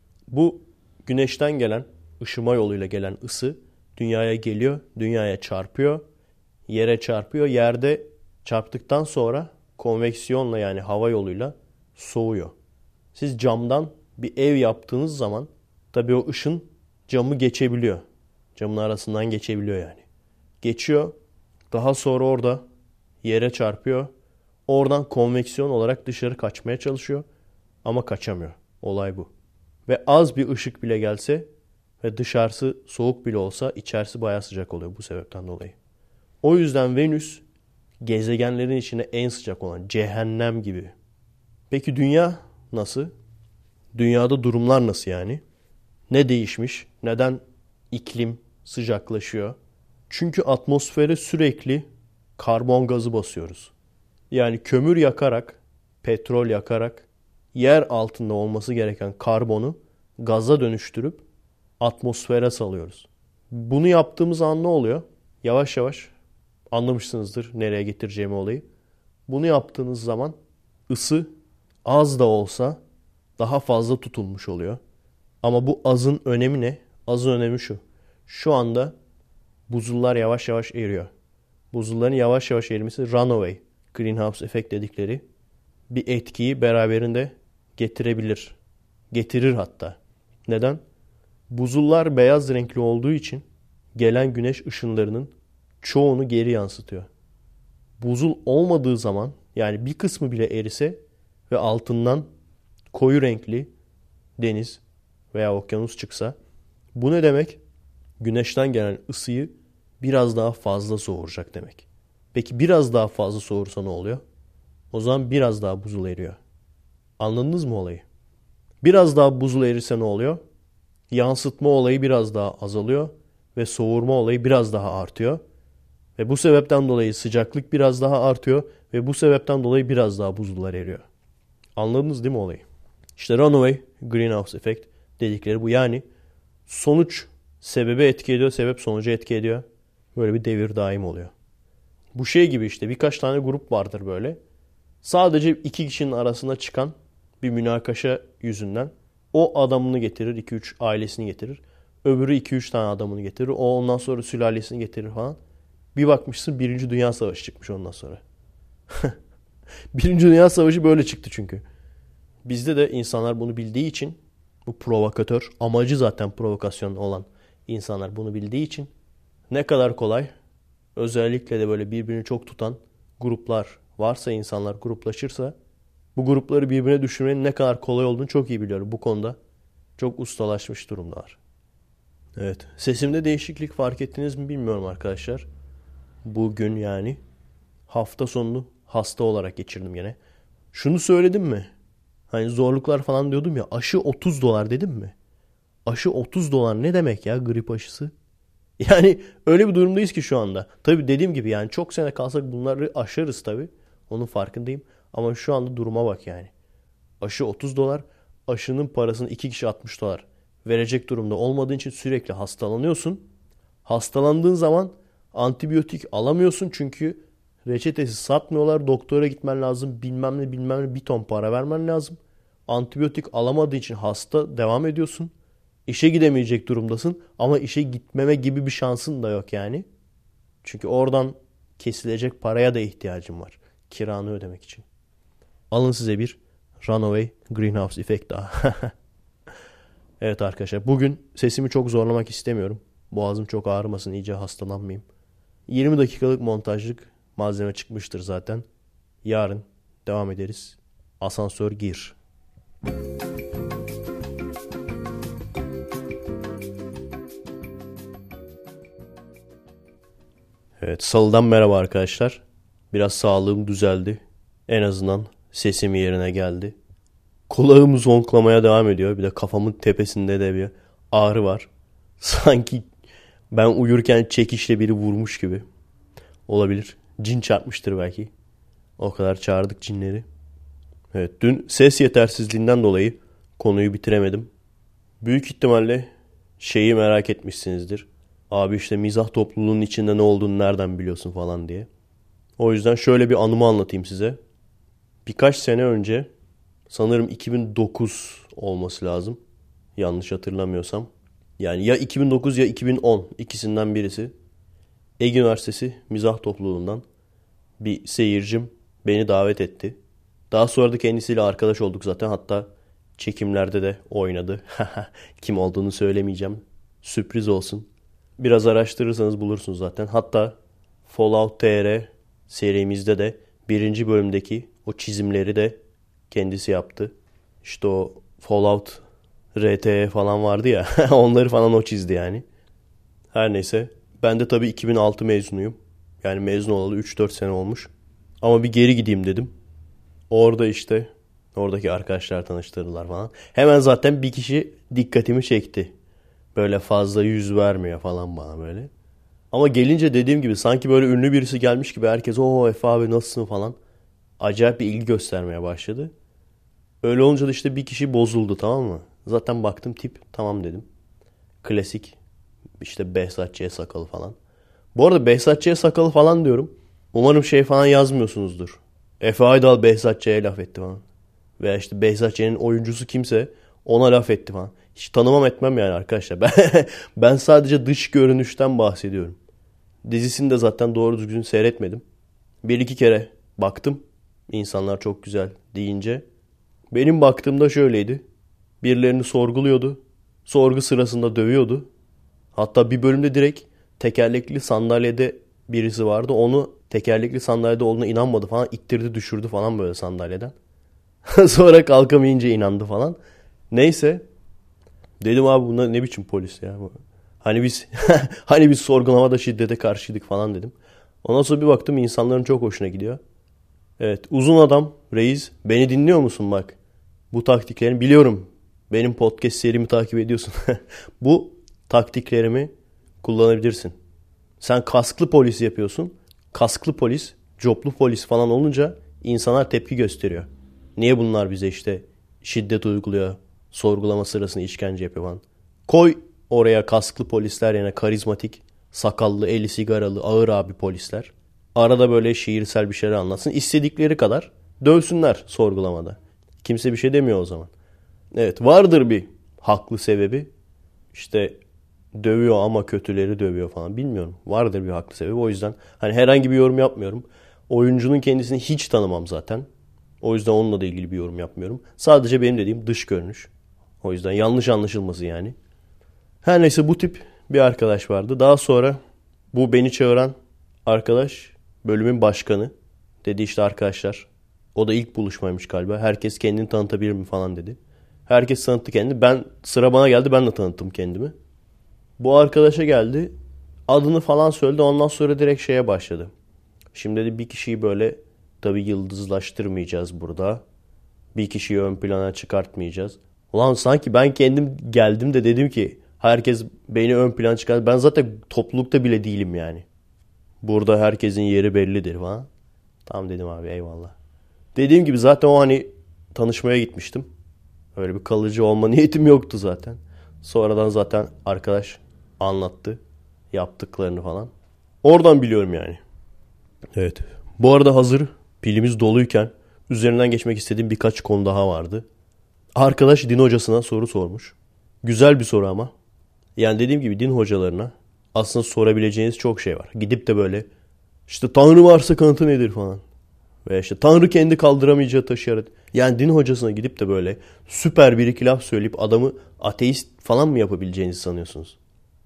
Bu güneşten gelen ışıma yoluyla gelen ısı dünyaya geliyor, dünyaya çarpıyor, yere çarpıyor. Yerde çarptıktan sonra konveksiyonla yani hava yoluyla soğuyor. Siz camdan bir ev yaptığınız zaman tabii o ışın camı geçebiliyor. Camın arasından geçebiliyor yani. Geçiyor. Daha sonra orada yere çarpıyor. Oradan konveksiyon olarak dışarı kaçmaya çalışıyor. Ama kaçamıyor. Olay bu. Ve az bir ışık bile gelse ve dışarısı soğuk bile olsa içerisi bayağı sıcak oluyor bu sebepten dolayı. O yüzden Venüs gezegenlerin içine en sıcak olan cehennem gibi. Peki dünya nasıl? Dünyada durumlar nasıl yani? Ne değişmiş? Neden iklim sıcaklaşıyor? Çünkü atmosfere sürekli karbon gazı basıyoruz. Yani kömür yakarak, petrol yakarak yer altında olması gereken karbonu gaza dönüştürüp atmosfere salıyoruz. Bunu yaptığımız an ne oluyor? Yavaş yavaş anlamışsınızdır nereye getireceğimi olayı. Bunu yaptığınız zaman ısı az da olsa daha fazla tutulmuş oluyor. Ama bu azın önemi ne? Azın önemi şu. Şu anda buzullar yavaş yavaş eriyor. Buzulların yavaş yavaş erimesi runaway, greenhouse efekt dedikleri bir etkiyi beraberinde getirebilir. Getirir hatta. Neden? Buzullar beyaz renkli olduğu için gelen güneş ışınlarının çoğunu geri yansıtıyor. Buzul olmadığı zaman yani bir kısmı bile erise ve altından koyu renkli deniz veya okyanus çıksa bu ne demek? Güneşten gelen ısıyı biraz daha fazla soğuracak demek. Peki biraz daha fazla soğursa ne oluyor? O zaman biraz daha buzul eriyor. Anladınız mı olayı? Biraz daha buzul erirse ne oluyor? Yansıtma olayı biraz daha azalıyor ve soğurma olayı biraz daha artıyor. Ve bu sebepten dolayı sıcaklık biraz daha artıyor ve bu sebepten dolayı biraz daha buzullar eriyor. Anladınız değil mi olayı? İşte runaway greenhouse effect dedikleri bu. Yani sonuç sebebe etki ediyor, sebep sonucu etki ediyor. Böyle bir devir daim oluyor. Bu şey gibi işte birkaç tane grup vardır böyle. Sadece iki kişinin arasında çıkan bir münakaşa yüzünden o adamını getirir, 2-3 ailesini getirir. Öbürü 2-3 tane adamını getirir. O ondan sonra sülalesini getirir falan. Bir bakmışsın 1. Dünya Savaşı çıkmış ondan sonra. 1. Dünya Savaşı böyle çıktı çünkü. Bizde de insanlar bunu bildiği için bu provokatör, amacı zaten provokasyon olan insanlar bunu bildiği için ne kadar kolay, özellikle de böyle birbirini çok tutan gruplar varsa, insanlar gruplaşırsa bu grupları birbirine düşürmenin ne kadar kolay olduğunu çok iyi biliyorum. Bu konuda çok ustalaşmış durumdalar. Evet, sesimde değişiklik fark ettiniz mi bilmiyorum arkadaşlar. Bugün yani hafta sonunu hasta olarak geçirdim gene. Şunu söyledim mi? Hani zorluklar falan diyordum ya, aşı $30 dedim mi? Aşı $30 ne demek ya, grip aşısı? Yani öyle bir durumdayız ki şu anda. Tabii dediğim gibi yani çok sene kalsak bunları aşarız tabii. Onun farkındayım. Ama şu anda duruma bak yani. Aşı $30. Aşının parasını 2 kişi $60 verecek durumda olmadığın için sürekli hastalanıyorsun. Hastalandığın zaman antibiyotik alamıyorsun çünkü reçetesi satmıyorlar. Doktora gitmen lazım. Bilmem ne bilmem ne, bir ton para vermen lazım. Antibiyotik alamadığı için hasta devam ediyorsun. İşe gidemeyecek durumdasın ama işe gitmeme gibi bir şansın da yok yani. Çünkü oradan kesilecek paraya da ihtiyacın var. Kiranı ödemek için. Alın size bir runaway greenhouse effect daha. Evet arkadaşlar, bugün sesimi çok zorlamak istemiyorum. Boğazım çok ağrımasın, iyice hastalanmayayım. 20 dakikalık montajlık malzeme çıkmıştır zaten. Yarın devam ederiz. Asansör gir. Evet, salıdan merhaba arkadaşlar. Biraz sağlığım düzeldi. En azından sesim yerine geldi. Kulağım zonklamaya devam ediyor. Bir de kafamın tepesinde de bir ağrı var. Sanki ben uyurken çekişle biri vurmuş gibi. Olabilir. Cin çarpmıştır belki. O kadar çağırdık cinleri. Evet, dün ses yetersizliğinden dolayı Konuyu bitiremedim. Büyük ihtimalle şeyi merak etmişsinizdir. Abi işte mizah topluluğunun içinde ne olduğunu nereden biliyorsun falan diye. O yüzden şöyle bir anımı anlatayım size. Birkaç sene önce, sanırım 2009 olması lazım. Yanlış hatırlamıyorsam. Yani ya 2009 ya 2010, ikisinden birisi. Ege Üniversitesi mizah topluluğundan bir seyircim beni davet etti. Daha sonra da kendisiyle arkadaş olduk zaten. Hatta çekimlerde de oynadı. Kim olduğunu söylemeyeceğim. Sürpriz olsun. Biraz araştırırsanız bulursunuz zaten. Hatta Fallout TR serimizde de birinci bölümdeki o çizimleri de kendisi yaptı. İşte o Fallout RTE falan vardı ya. Onları falan o çizdi yani. Her neyse. Ben de tabii 2006 mezunuyum. Yani mezun olalı 3-4 sene olmuş. Ama bir geri gideyim dedim. Orada işte oradaki arkadaşlar tanıştırdılar falan. Hemen zaten bir kişi dikkatimi çekti. Böyle fazla yüz vermiyor falan bana böyle. Ama gelince dediğim gibi sanki böyle ünlü birisi gelmiş gibi herkes o Efe abi nasılsın falan. Acayip bir ilgi göstermeye başladı. Öyle olunca da işte bir kişi bozuldu, tamam mı? Zaten baktım tip, tamam dedim. Klasik işte Behzat Ç. sakalı falan. Bu arada Behzat Ç. sakalı falan diyorum. Umarım şey falan yazmıyorsunuzdur. Efe Aydal Behzat Ç'ye laf etti falan. Veya işte Behzat Ç'nin oyuncusu kimse ona laf etti falan. Hiç tanımam etmem yani arkadaşlar. Ben sadece dış görünüşten bahsediyorum. Dizisini de zaten doğru düzgün seyretmedim. Bir iki kere baktım. İnsanlar çok güzel deyince. Benim baktığımda şöyleydi. Birilerini sorguluyordu. Sorgu sırasında dövüyordu. Hatta bir bölümde direkt tekerlekli sandalyede birisi vardı. Onu tekerlekli sandalyede olduğuna inanmadı falan. İttirdi düşürdü falan böyle sandalyeden. Sonra kalkamayınca inandı falan. Neyse. Dedim abi bunlar ne biçim polis ya. Hani biz hani biz sorgulamada şiddete karşıydık falan dedim. Ondan sonra bir baktım insanların çok hoşuna gidiyor. Evet, uzun adam reis, beni dinliyor musun bak? Bu taktiklerini biliyorum. Benim podcast serimi takip ediyorsun. Bu taktiklerimi kullanabilirsin. Sen kasklı polis yapıyorsun. Kasklı polis, coplu polis falan olunca insanlar tepki gösteriyor. Niye bunlar bize işte şiddet uyguluyor, sorgulama sırasında işkence yapıyor falan. Koy oraya kasklı polisler yerine karizmatik, sakallı, eli sigaralı, ağır abi polisler. Arada böyle şiirsel bir şeyler anlatsın. İstedikleri kadar dövsünler sorgulamada. Kimse bir şey demiyor o zaman. Evet, vardır bir haklı sebebi. İşte dövüyor ama kötüleri dövüyor falan. Bilmiyorum. Vardır bir haklı sebebi. O yüzden hani herhangi bir yorum yapmıyorum. Oyuncunun kendisini hiç tanımam zaten. O yüzden onunla da ilgili bir yorum yapmıyorum. Sadece benim dediğim dış görünüş. O yüzden yanlış anlaşılması yani. Her neyse, bu tip bir arkadaş vardı. Daha sonra bu beni çağıran arkadaş bölümün başkanı. Dedi işte arkadaşlar. O da ilk buluşmaymış galiba. Herkes kendini tanıtabilir mi falan dedi. Herkes tanıttı kendini. Sıra bana geldi, ben de tanıttım kendimi. Bu arkadaşa geldi. Adını falan söyledi. Ondan sonra direkt şeye başladı. Şimdi dedi bir kişiyi böyle tabii yıldızlaştırmayacağız burada. Bir kişiyi ön plana çıkartmayacağız. Ulan sanki ben kendim geldim de dedim ki herkes beni ön plana çıkart. Ben zaten toplulukta bile değilim yani. Burada herkesin yeri bellidir falan. Tamam dedim abi, eyvallah. Dediğim gibi zaten o hani tanışmaya gitmiştim. Öyle bir kalıcı olma niyetim yoktu zaten. Sonradan zaten arkadaş anlattı yaptıklarını falan. Oradan biliyorum yani. Evet. Bu arada hazır pilimiz doluyken üzerinden geçmek istediğim birkaç konu daha vardı. Arkadaş din hocasına soru sormuş. Güzel bir soru ama. Yani dediğim gibi din hocalarına aslında sorabileceğiniz çok şey var. Gidip de böyle işte Tanrı varsa kanıtı nedir falan. Veya işte Tanrı kendi kaldıramayacağı taşı yarat. Yani din hocasına gidip de böyle süper bir iki laf söyleyip adamı ateist falan mı yapabileceğinizi sanıyorsunuz?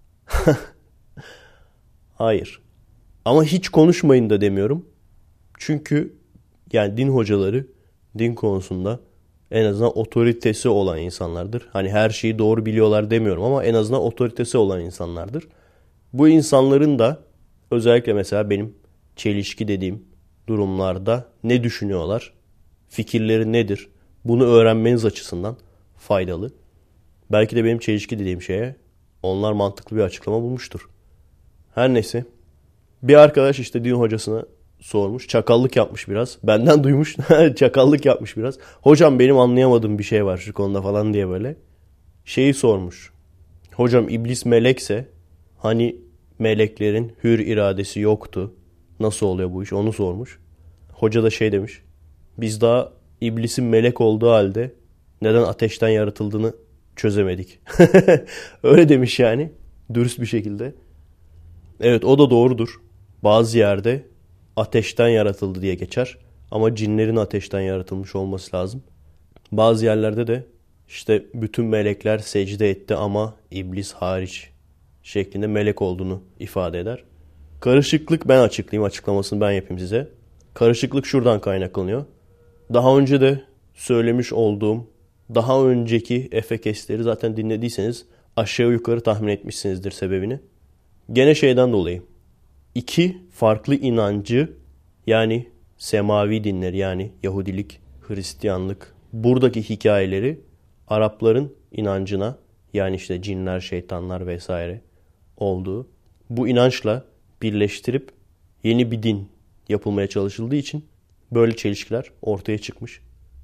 Hayır. Ama hiç konuşmayın da demiyorum. Çünkü yani din hocaları din konusunda en azından otoritesi olan insanlardır. Hani her şeyi doğru biliyorlar demiyorum ama en azından otoritesi olan insanlardır. Bu insanların da özellikle mesela benim çelişki dediğim durumlarda ne düşünüyorlar? Fikirleri nedir? Bunu öğrenmeniz açısından faydalı. Belki de benim çelişki dediğim şeye onlar mantıklı bir açıklama bulmuştur. Her neyse. Bir arkadaş işte din hocasına sormuş. Çakallık yapmış biraz. Benden duymuş. Çakallık yapmış biraz. Hocam benim anlayamadığım bir şey var şu konuda falan diye böyle. Şeyi sormuş. Hocam iblis melekse hani meleklerin hür iradesi yoktu. Nasıl oluyor bu iş? Onu sormuş. Hoca da şey demiş. Biz daha iblisin melek olduğu halde neden ateşten yaratıldığını çözemedik. Öyle demiş yani. Dürüst bir şekilde. Evet, o da doğrudur. Bazı yerde ateşten yaratıldı diye geçer. Ama cinlerin ateşten yaratılmış olması lazım. Bazı yerlerde de işte bütün melekler secde etti ama iblis hariç şeklinde melek olduğunu ifade eder. Karışıklık, ben açıklayayım, açıklamasını ben yapayım size. Karışıklık şuradan kaynaklanıyor. Daha önce de söylemiş olduğum daha önceki Efekesleri zaten dinlediyseniz aşağı yukarı tahmin etmişsinizdir sebebini. Gene şeyden dolayı. İki farklı inancı, yani semavi dinler, yani Yahudilik, Hristiyanlık, buradaki hikayeleri Arapların inancına, yani işte cinler, şeytanlar vesaire olduğu bu inançla birleştirip yeni bir din yapılmaya çalışıldığı için böyle çelişkiler ortaya çıkmış.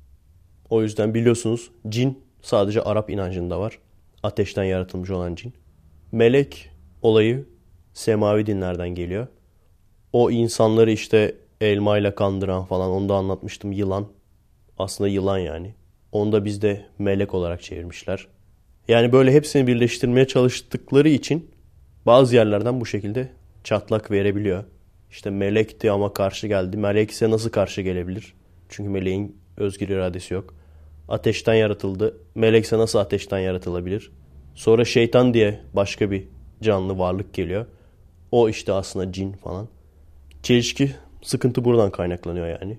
O yüzden biliyorsunuz cin sadece Arap inancında var. Ateşten yaratılmış olan cin. Melek olayı semavi dinlerden geliyor. O insanları işte elmayla kandıran falan, onu da anlatmıştım, yılan. Aslında yılan yani. Onu da bizde melek olarak çevirmişler. Yani böyle hepsini birleştirmeye çalıştıkları için bazı yerlerden bu şekilde çatlak verebiliyor. İşte melekti ama karşı geldi. Melek ise nasıl karşı gelebilir? Çünkü meleğin özgür iradesi yok. Ateşten yaratıldı. Melekse nasıl ateşten yaratılabilir? Sonra şeytan diye başka bir canlı varlık geliyor. O işte aslında cin falan. Çelişki, sıkıntı buradan kaynaklanıyor yani.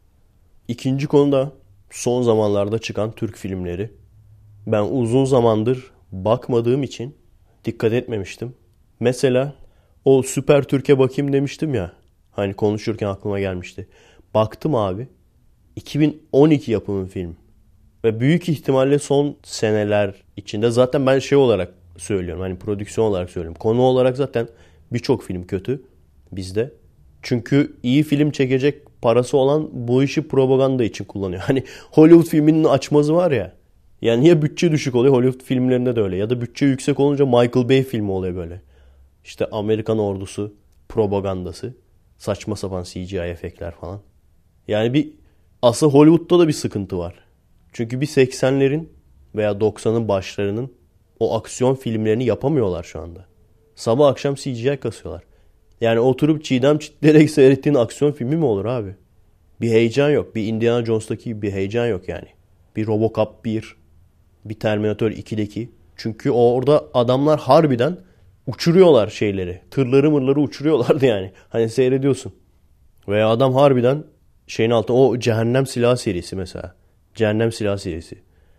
İkinci konu da son zamanlarda çıkan Türk filmleri. Ben uzun zamandır bakmadığım için dikkat etmemiştim. Mesela o Süper Türkiye bakayım demiştim ya. Hani konuşurken aklıma gelmişti. Baktım abi. 2012 yapımı film. Ve büyük ihtimalle son seneler içinde, zaten ben şey olarak söylüyorum. Hani prodüksiyon olarak söylüyorum. Konu olarak zaten birçok film kötü bizde. Çünkü iyi film çekecek parası olan bu işi propaganda için kullanıyor. Hani Hollywood filminin açmazı var ya. Yani ya bütçe düşük oluyor, Hollywood filmlerinde de öyle. Ya da bütçe yüksek olunca Michael Bay filmi oluyor böyle. İşte Amerikan ordusu propagandası. Saçma sapan CGI efektler falan. Yani bir asıl Hollywood'da da bir sıkıntı var. Çünkü bir 80'lerin veya 90'ın başlarının o aksiyon filmlerini yapamıyorlar şu anda. Sabah akşam CGI kasıyorlar. Yani oturup çiğdem çitleyerek seyrettiğin aksiyon filmi mi olur abi? Bir heyecan yok. Bir Indiana Jones'taki gibi bir heyecan yok yani. Bir Robocop 1, bir Terminator 2'deki. Çünkü orada adamlar harbiden uçuruyorlar şeyleri. Tırları mırları uçuruyorlardı yani. Hani seyrediyorsun. Veya adam harbiden şeyin altında, o Cehennem Silahı serisi mesela. Cehennem Silahı serisi.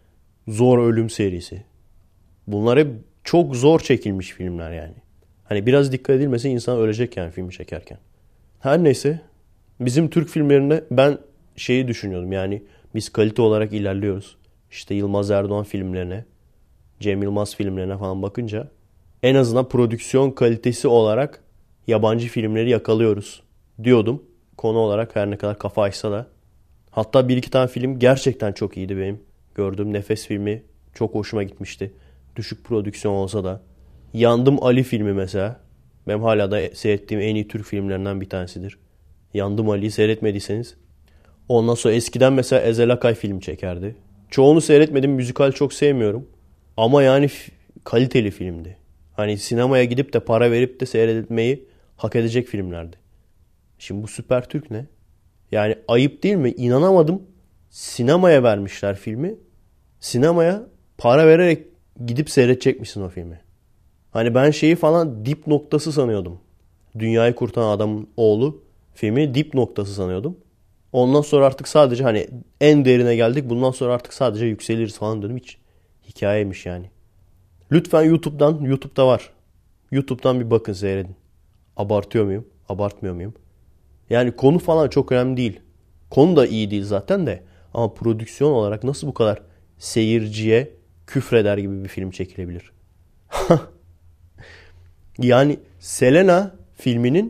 Zor Ölüm serisi. Bunlar hep çok zor çekilmiş filmler yani. Hani biraz dikkat edilmese insan ölecek yani filmi çekerken. Her neyse, bizim Türk filmlerinde ben şeyi düşünüyordum yani, biz kalite olarak ilerliyoruz. İşte Yılmaz Erdoğan filmlerine, Cem Yılmaz filmlerine falan bakınca en azından prodüksiyon kalitesi olarak yabancı filmleri yakalıyoruz diyordum. Konu olarak her ne kadar kafa açsa da. Hatta bir iki tane film gerçekten çok iyiydi benim. Gördüğüm Nefes filmi çok hoşuma gitmişti. Düşük prodüksiyon olsa da. Yandım Ali filmi mesela. Benim hala da seyrettiğim en iyi Türk filmlerinden bir tanesidir. Yandım Ali'yi seyretmediyseniz. Ondan sonra eskiden mesela Ezel Akay film çekerdi. Çoğunu seyretmedim. Müzikal çok sevmiyorum. Ama yani kaliteli filmdi. Hani sinemaya gidip de para verip de seyretmeyi hak edecek filmlerdi. Şimdi bu Süper Türk ne? Yani ayıp değil mi? İnanamadım. Sinemaya vermişler filmi. Sinemaya para vererek gidip seyredecekmişsin o filmi. Hani ben şeyi falan dip noktası sanıyordum. Dünyayı Kurtaran Adamın Oğlu filmi dip noktası sanıyordum. Ondan sonra artık sadece hani en derine geldik. Bundan sonra artık sadece yükseliriz falan dedim. Hiç hikayeymiş yani. Lütfen YouTube'da var. YouTube'dan bir bakın, seyredin. Abartıyor muyum? Abartmıyor muyum? Yani konu falan çok önemli değil. Konu da iyi değil zaten de. Ama prodüksiyon olarak nasıl bu kadar seyirciye küfreder gibi bir film çekilebilir? Yani Selena filminin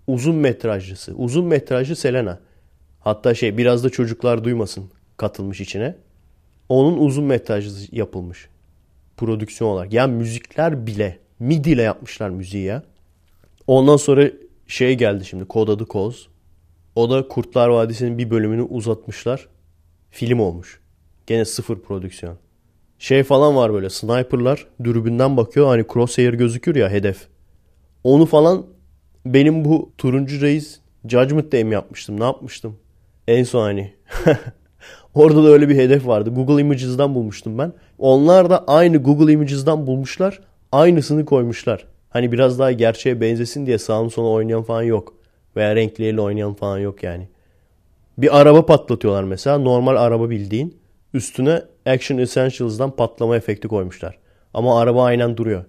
uzun metrajlısı. Uzun metrajlı Selena. Hatta biraz da çocuklar duymasın katılmış içine. Onun uzun metrajlı yapılmış. Prodüksiyon olarak. Yani müzikler bile MIDI ile yapmışlar müziği ya. Ondan sonra geldi şimdi. Kod adı Koz. O da Kurtlar Vadisi'nin bir bölümünü uzatmışlar. Film olmuş. Gene sıfır prodüksiyon. Falan var böyle. Sniper'lar dürbünden bakıyor. Hani crosshair gözükür ya, hedef. Onu falan benim bu turuncu reis Judgment Day mi yapmıştım? Ne yapmıştım? En son hani. Orada da öyle bir hedef vardı. Google Images'dan bulmuştum ben. Onlar da aynı Google Images'dan bulmuşlar. Aynısını koymuşlar. Hani biraz daha gerçeğe benzesin diye sağını sola oynayan falan yok. Veya renkleriyle oynayan falan yok yani. Bir araba patlatıyorlar mesela. Normal araba bildiğin. Üstüne Action Essentials'dan patlama efekti koymuşlar. Ama araba aynen duruyor.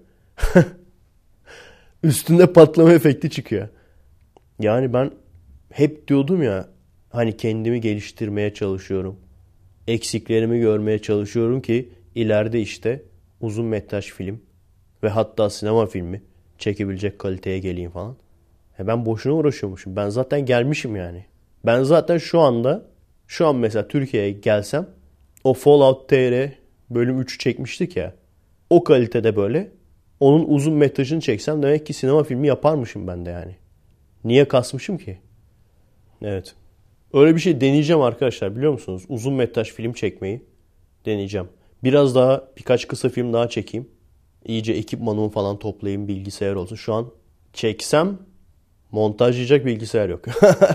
Üstünde patlama efekti çıkıyor. Yani ben hep diyordum ya, hani kendimi geliştirmeye çalışıyorum. Eksiklerimi görmeye çalışıyorum ki ileride işte uzun metraj film ve hatta sinema filmi çekebilecek kaliteye geleyim falan. Ben boşuna uğraşıyormuşum. Ben zaten gelmişim yani. Ben zaten şu an mesela Türkiye'ye gelsem o Fallout TR bölüm 3'ü çekmiştik ya. O kalitede böyle onun uzun metrajını çeksem demek ki sinema filmi yaparmışım ben de yani. Niye kasmışım ki? Evet. Öyle bir şey deneyeceğim arkadaşlar, biliyor musunuz? Uzun metraj film çekmeyi deneyeceğim. Biraz daha birkaç kısa film daha çekeyim. İyice ekipmanımı falan toplayayım, bilgisayar olsun. Şu an çeksem montajlayacak bilgisayar yok.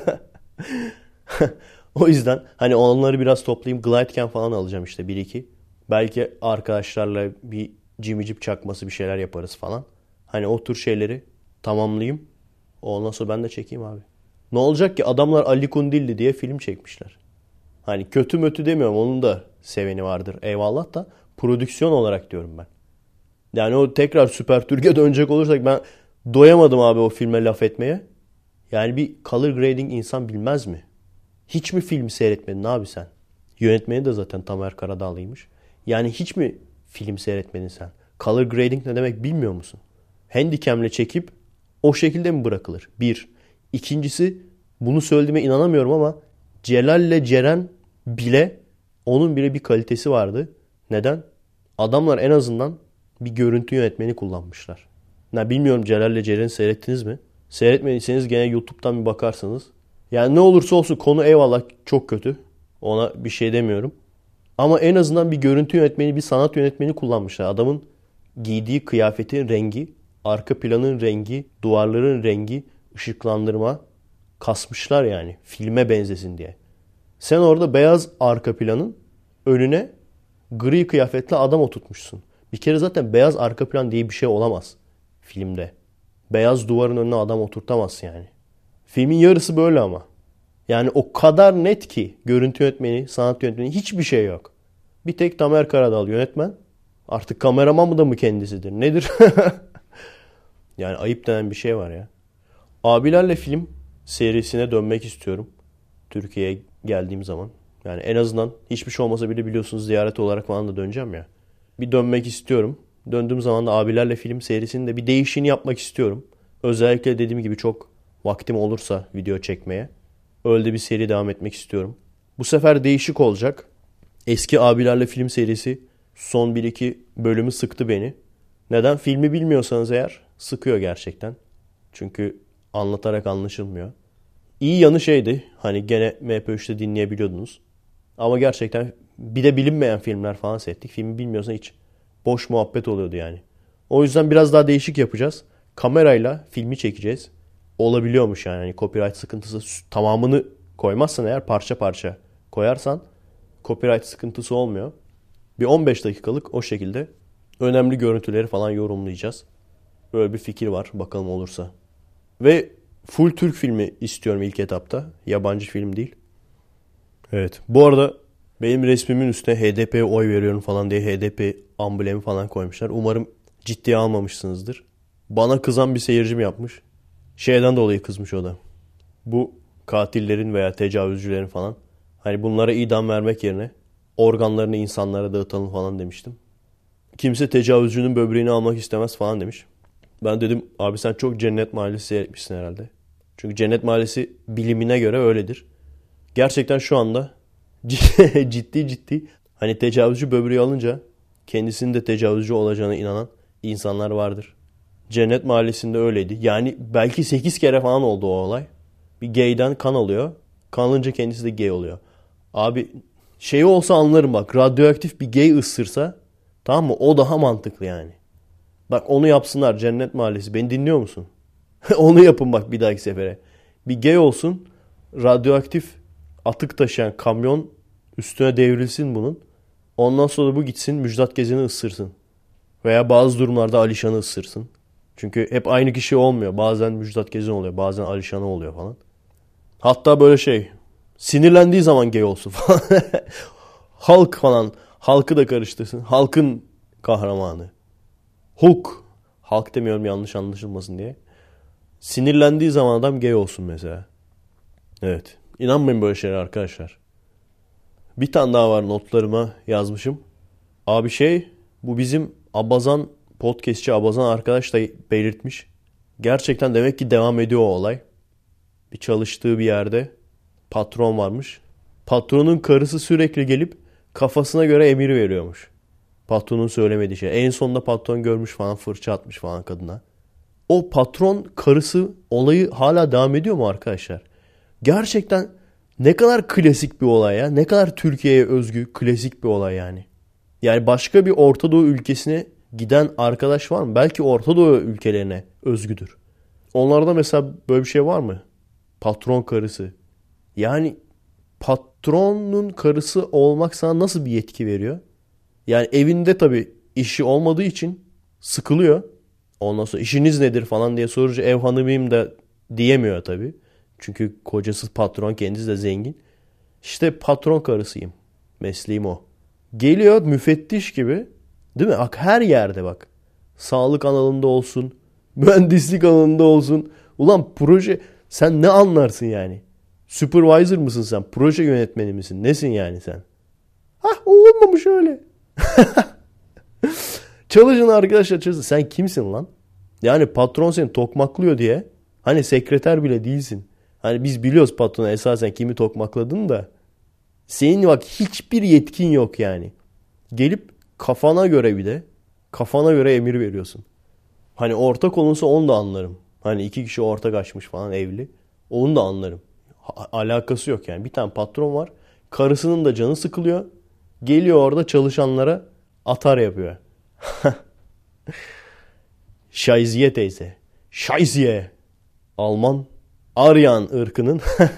O yüzden hani onları biraz toplayayım. Glidecam falan alacağım işte, bir iki. Belki arkadaşlarla bir cimicip çakması bir şeyler yaparız falan. Hani o tür şeyleri tamamlayayım. Ondan sonra ben de çekeyim abi. Ne olacak ki, adamlar Ali Kundilli diye film çekmişler. Hani kötü mötü demiyorum, onun da seveni vardır eyvallah da prodüksiyon olarak diyorum ben. Yani o tekrar Süper Türkiye dönecek olursak ben doyamadım abi o filme laf etmeye. Yani bir color grading insan bilmez mi? Hiç mi film seyretmedin abi sen? Yönetmeni de zaten Tamer Karadağlı'ymış. Yani hiç mi film seyretmedin sen? Color grading ne demek bilmiyor musun? Handycam'le çekip o şekilde mi bırakılır? Bir. İkincisi, bunu söylediğime inanamıyorum ama Celal'le Ceren bile, onun bile bir kalitesi vardı. Neden? Adamlar en azından bir görüntü yönetmeni kullanmışlar. Bilmiyorum, Celal'le Ceren'i seyrettiniz mi? Seyretmediyseniz gene YouTube'dan bir bakarsanız. Yani ne olursa olsun konu eyvallah çok kötü. Ona bir şey demiyorum. Ama en azından bir görüntü yönetmeni, bir sanat yönetmeni kullanmışlar. Adamın giydiği kıyafetin rengi, arka planın rengi, duvarların rengi, ışıklandırma kasmışlar yani. Filme benzesin diye. Sen orada beyaz arka planın önüne gri kıyafetli adam oturtmuşsun. Bir kere zaten beyaz arka plan diye bir şey olamaz filmde. Beyaz duvarın önüne adam oturtamazsın yani. Filmin yarısı böyle ama. Yani o kadar net ki görüntü yönetmeni, sanat yönetmeni hiçbir şey yok. Bir tek Tamer Karadağlı yönetmen. Artık kameraman mı da mı kendisidir? Nedir? Yani ayıp denen bir şey var ya. Abilerle film serisine dönmek istiyorum. Türkiye'ye geldiğim zaman. Yani en azından hiçbir şey olmasa bile biliyorsunuz ziyaret olarak falan da döneceğim ya. Bir dönmek istiyorum. Döndüğüm zaman da abilerle film serisinin de bir değişini yapmak istiyorum. Özellikle dediğim gibi çok vaktim olursa video çekmeye. Öyle bir seri devam etmek istiyorum. Bu sefer değişik olacak. Eski abilerle film serisi son 1-2 bölümü sıktı beni. Neden? Filmi bilmiyorsanız eğer sıkıyor gerçekten. Çünkü anlatarak anlaşılmıyor. İyi yanı hani gene MP3'te dinleyebiliyordunuz. Ama gerçekten bir de bilinmeyen filmler falan seyrettik. Filmi bilmiyorsan hiç boş muhabbet oluyordu yani. O yüzden biraz daha değişik yapacağız. Kamerayla filmi çekeceğiz. Olabiliyormuş yani. Hani copyright sıkıntısı, tamamını koymazsan eğer, parça parça koyarsan copyright sıkıntısı olmuyor. Bir 15 dakikalık o şekilde önemli görüntüleri falan yorumlayacağız. Böyle bir fikir var. Bakalım olursa. Ve full Türk filmi istiyorum ilk etapta. Yabancı film değil. Evet. Bu arada benim resmimin üstüne HDP'ye oy veriyorum falan diye HDP amblemi falan koymuşlar. Umarım ciddiye almamışsınızdır. Bana kızan bir seyircim yapmış. Şeyden dolayı kızmış o da. Bu katillerin veya tecavüzcülerin falan, hani bunlara idam vermek yerine organlarını insanlara dağıtalım falan demiştim. Kimse tecavüzcünün böbreğini almak istemez falan demiş. Ben dedim abi sen çok Cennet Mahallesi seyretmişsin herhalde. Çünkü Cennet Mahallesi bilimine göre öyledir. Gerçekten şu anda ciddi hani tecavüzcü böbreği alınca kendisinin de tecavüzcü olacağına inanan insanlar vardır. Cennet Mahallesi'nde öyleydi. Yani belki 8 kere falan oldu o olay. Bir gay'den kan alıyor. Kan alınca kendisi de gay oluyor. Abi şey olsa anlarım bak. Radyoaktif bir gay ısırsa, tamam mı? O daha mantıklı yani. Bak onu yapsınlar Cennet Mahallesi. Beni dinliyor musun? Onu yapın bak bir dahaki sefere. Bir gay olsun. Radyoaktif atık taşıyan kamyon üstüne devrilsin bunun. Ondan sonra bu gitsin Müjdat Gezen'i ısırsın. Veya bazı durumlarda Alişan'ı ısırsın. Çünkü hep aynı kişi olmuyor. Bazen Müjdat Gezen oluyor. Bazen Alişan'ı oluyor falan. Hatta böyle şey. Sinirlendiği zaman gay olsun falan. Halk falan. Halkı da karıştırsın. Halkın kahramanı. Hulk. Halk demiyorum yanlış anlaşılmasın diye. Sinirlendiği zaman adam gay olsun mesela. Evet. İnanmayın böyle şeyler arkadaşlar. Bir tane daha var notlarıma yazmışım. Abi bu bizim Abazan podcastçi Abazan arkadaş da belirtmiş. Gerçekten demek ki devam ediyor o olay. Bir çalıştığı bir yerde patron varmış. Patronun karısı sürekli gelip kafasına göre emir veriyormuş. Patronun söylemediği şey. En sonunda patron görmüş falan fırça atmış falan kadına. O patron karısı olayı hala devam ediyor mu arkadaşlar? Gerçekten ne kadar klasik bir olay ya. Ne kadar Türkiye'ye özgü klasik bir olay yani. Yani başka bir Orta Doğu ülkesine giden arkadaş var mı? Belki Orta Doğu ülkelerine özgüdür. Onlarda mesela böyle bir şey var mı? Patron karısı. Yani patronun karısı olmak sana nasıl bir yetki veriyor? Yani evinde tabii işi olmadığı için sıkılıyor. Ondan sonra işiniz nedir falan diye sorunca ev hanımıyım da diyemiyor tabii. Çünkü kocası patron, kendisi de zengin. İşte patron karısıyım. Mesleğim o. Geliyor müfettiş gibi. Değil mi? Bak her yerde bak. Sağlık alanında olsun. Mühendislik alanında olsun. Ulan proje sen ne anlarsın yani? Supervisor mısın sen? Proje yönetmeni misin? Nesin yani sen? Hah o olmamış öyle. Çalışın arkadaşlar çalışın. Sen kimsin lan? Yani patron seni tokmaklıyor diye. Hani sekreter bile değilsin. Hani biz biliyoruz patrona esasen kimi tokmakladın da. Senin bak hiçbir yetkin yok yani. Gelip kafana göre bir de kafana göre emir veriyorsun. Hani ortak olunsa onu da anlarım. Hani 2 kişi ortak açmış falan evli. Onu da anlarım. Alakası yok yani. Bir tane patron var. Karısının da canı sıkılıyor. Geliyor orada çalışanlara atar yapıyor. Şayziye teyze. Şayziye. Alman Aryan ırkının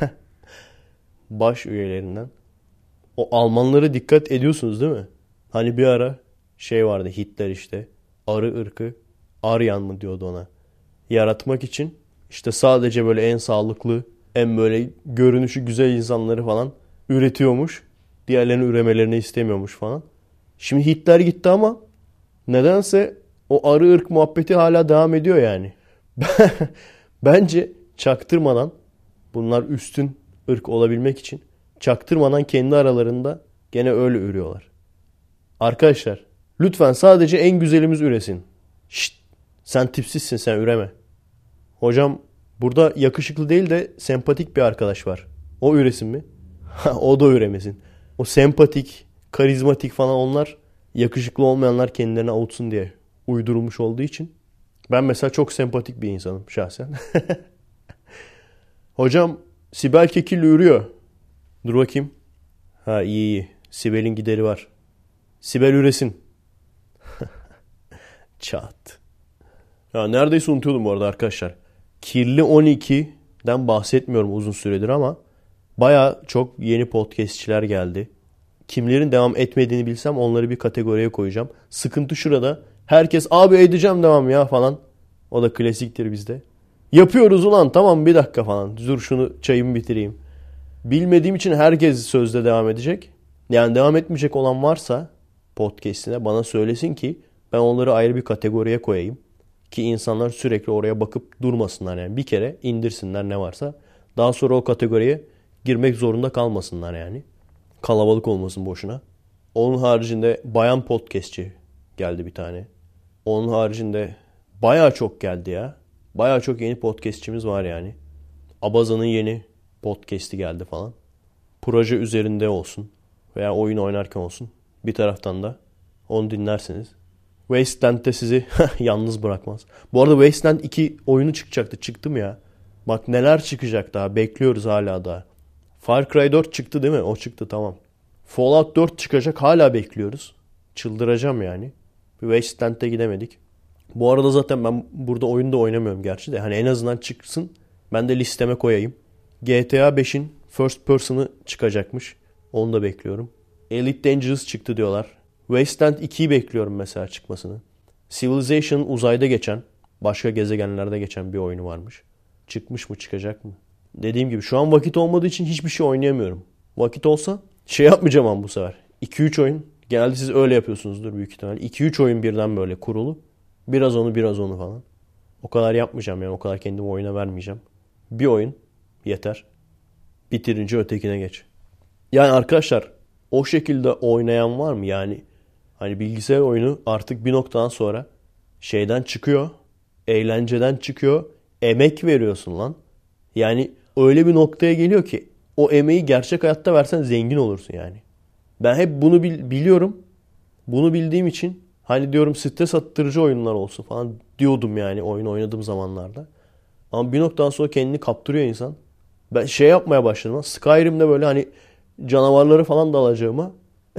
baş üyelerinden. O Almanlara dikkat ediyorsunuz değil mi? Hani bir ara vardı Hitler işte. Arı ırkı. Aryan mı diyordu ona. Yaratmak için işte sadece böyle en sağlıklı, en böyle görünüşü güzel insanları falan üretiyormuş. Diğerlerinin üremelerini istemiyormuş falan. Şimdi Hitler gitti ama nedense o arı ırk muhabbeti hala devam ediyor yani. Bence çaktırmadan bunlar üstün ırk olabilmek için çaktırmadan kendi aralarında gene öyle ürüyorlar. Arkadaşlar lütfen sadece en güzelimiz üresin. Şşt, sen tipsizsin sen üreme. Hocam burada yakışıklı değil de sempatik bir arkadaş var. O üresin mi? O da üremesin. O sempatik, karizmatik falan onlar yakışıklı olmayanlar kendilerini avutsun diye uydurulmuş olduğu için. Ben mesela çok sempatik bir insanım şahsen. Hocam Sibel Kekilli ürüyor. Dur bakayım. Ha iyi. Sibel'in gideri var. Sibel üresin. Çat. Ya neredeyse unutuyordum bu arada arkadaşlar. Kirli 12'den bahsetmiyorum uzun süredir ama baya çok yeni podcastçiler geldi. Kimlerin devam etmediğini bilsem onları bir kategoriye koyacağım. Sıkıntı şurada. Herkes abi edeceğim devam ya falan. O da klasiktir bizde. Yapıyoruz ulan tamam bir dakika falan. Dur şunu çayımı bitireyim. Bilmediğim için herkes sözde devam edecek. Yani devam etmeyecek olan varsa podcast'ine bana söylesin ki ben onları ayrı bir kategoriye koyayım. Ki insanlar sürekli oraya bakıp durmasınlar yani. Bir kere indirsinler ne varsa. Daha sonra o kategoriye girmek zorunda kalmasınlar yani. Kalabalık olmasın boşuna. Onun haricinde bayan podcastçi geldi bir tane. Onun haricinde bayağı çok geldi ya. Bayağı çok yeni podcastçimiz var yani. Abazan'ın yeni podcast'i geldi falan. Proje üzerinde olsun veya oyun oynarken olsun. Bir taraftan da onu dinlersiniz. Wasteland'de sizi yalnız bırakmaz. Bu arada Wasteland 2 oyunu çıkacaktı. Çıktı mı ya? Bak neler çıkacak daha. Bekliyoruz hala daha. Far Cry 4 çıktı değil mi? O çıktı, tamam. Fallout 4 çıkacak, hala bekliyoruz. Çıldıracağım yani. Wasteland'de gidemedik. Bu arada zaten ben burada oyunda oynamıyorum gerçi de. Hani en azından çıksın. Ben de listeme koyayım. GTA 5'in First Person'ı çıkacakmış. Onu da bekliyorum. Elite Dangerous çıktı diyorlar. Wasteland 2'yi bekliyorum mesela çıkmasını. Civilization uzayda geçen, başka gezegenlerde geçen bir oyunu varmış. Çıkmış mı, çıkacak mı? Dediğim gibi şu an vakit olmadığı için hiçbir şey oynayamıyorum. Vakit olsa şey yapmayacağım ama bu sefer. 2-3 oyun. Genelde siz öyle yapıyorsunuzdur büyük ihtimalle. 2-3 oyun birden böyle kurulu. Biraz onu biraz onu falan. O kadar yapmayacağım yani. O kadar kendimi oyuna vermeyeceğim. Bir oyun yeter. Bitirince ötekine geç. Yani arkadaşlar, o şekilde oynayan var mı? Yani hani bilgisayar oyunu artık bir noktadan sonra şeyden çıkıyor. Eğlenceden çıkıyor. Emek veriyorsun lan. Yani öyle bir noktaya geliyor ki o emeği gerçek hayatta versen zengin olursun yani. Ben hep bunu biliyorum. Bunu bildiğim için hani diyorum stres attırıcı oyunlar olsun falan diyordum yani oyun oynadığım zamanlarda. Ama bir noktadan sonra kendini kaptırıyor insan. Ben şey yapmaya başladım. Skyrim'de böyle hani canavarları falan da alacağıma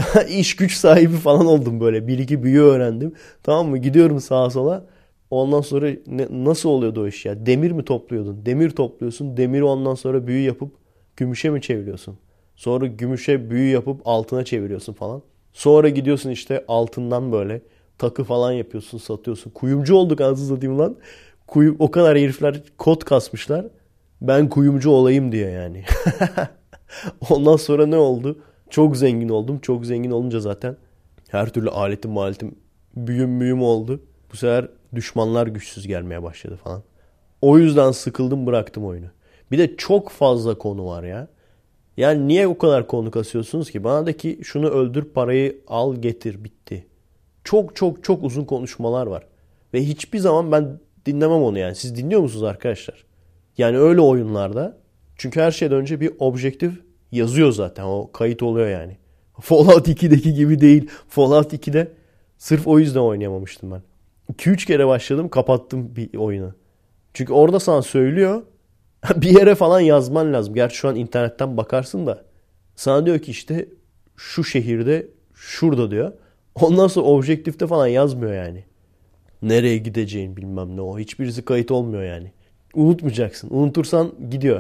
iş güç sahibi falan oldum böyle. Bir iki büyü öğrendim. Tamam mı? Gidiyorum sağa sola. Ondan sonra nasıl oluyordu o iş ya? Demir mi topluyordun? Demir topluyorsun. Demiri ondan sonra büyü yapıp gümüşe mi çeviriyorsun? Sonra gümüşe büyü yapıp altına çeviriyorsun falan. Sonra gidiyorsun işte altından böyle takı falan yapıyorsun, satıyorsun. Kuyumcu olduk anasını satayım lan. O kadar herifler kod kasmışlar. Ben kuyumcu olayım diye yani. Ondan sonra ne oldu? Çok zengin oldum. Çok zengin olunca zaten her türlü aletim büyüm oldu. Bu sefer düşmanlar güçsüz gelmeye başladı falan. O yüzden sıkıldım, bıraktım oyunu. Bir de çok fazla konu var ya. Yani niye o kadar konu kasıyorsunuz ki? Bana de ki şunu öldür, parayı al, getir, bitti. Çok çok çok uzun konuşmalar var. Ve hiçbir zaman ben dinlemem onu yani. Siz dinliyor musunuz arkadaşlar? Yani öyle oyunlarda. Çünkü her şeyden önce bir objektif yazıyor zaten. O kayıt oluyor yani. Fallout 2'deki gibi değil. Fallout 2'de sırf o yüzden oynayamamıştım ben. 2-3 kere başladım, kapattım bir oyunu. Çünkü orada sana söylüyor. Bir yere falan yazman lazım. Gerçi şu an internetten bakarsın da. Sana diyor ki işte şu şehirde şurada diyor. Ondan sonra objektifte falan yazmıyor yani. Nereye gideceğin bilmem ne o. Hiçbirisi kayıt olmuyor yani. Unutmayacaksın. Unutursan gidiyor.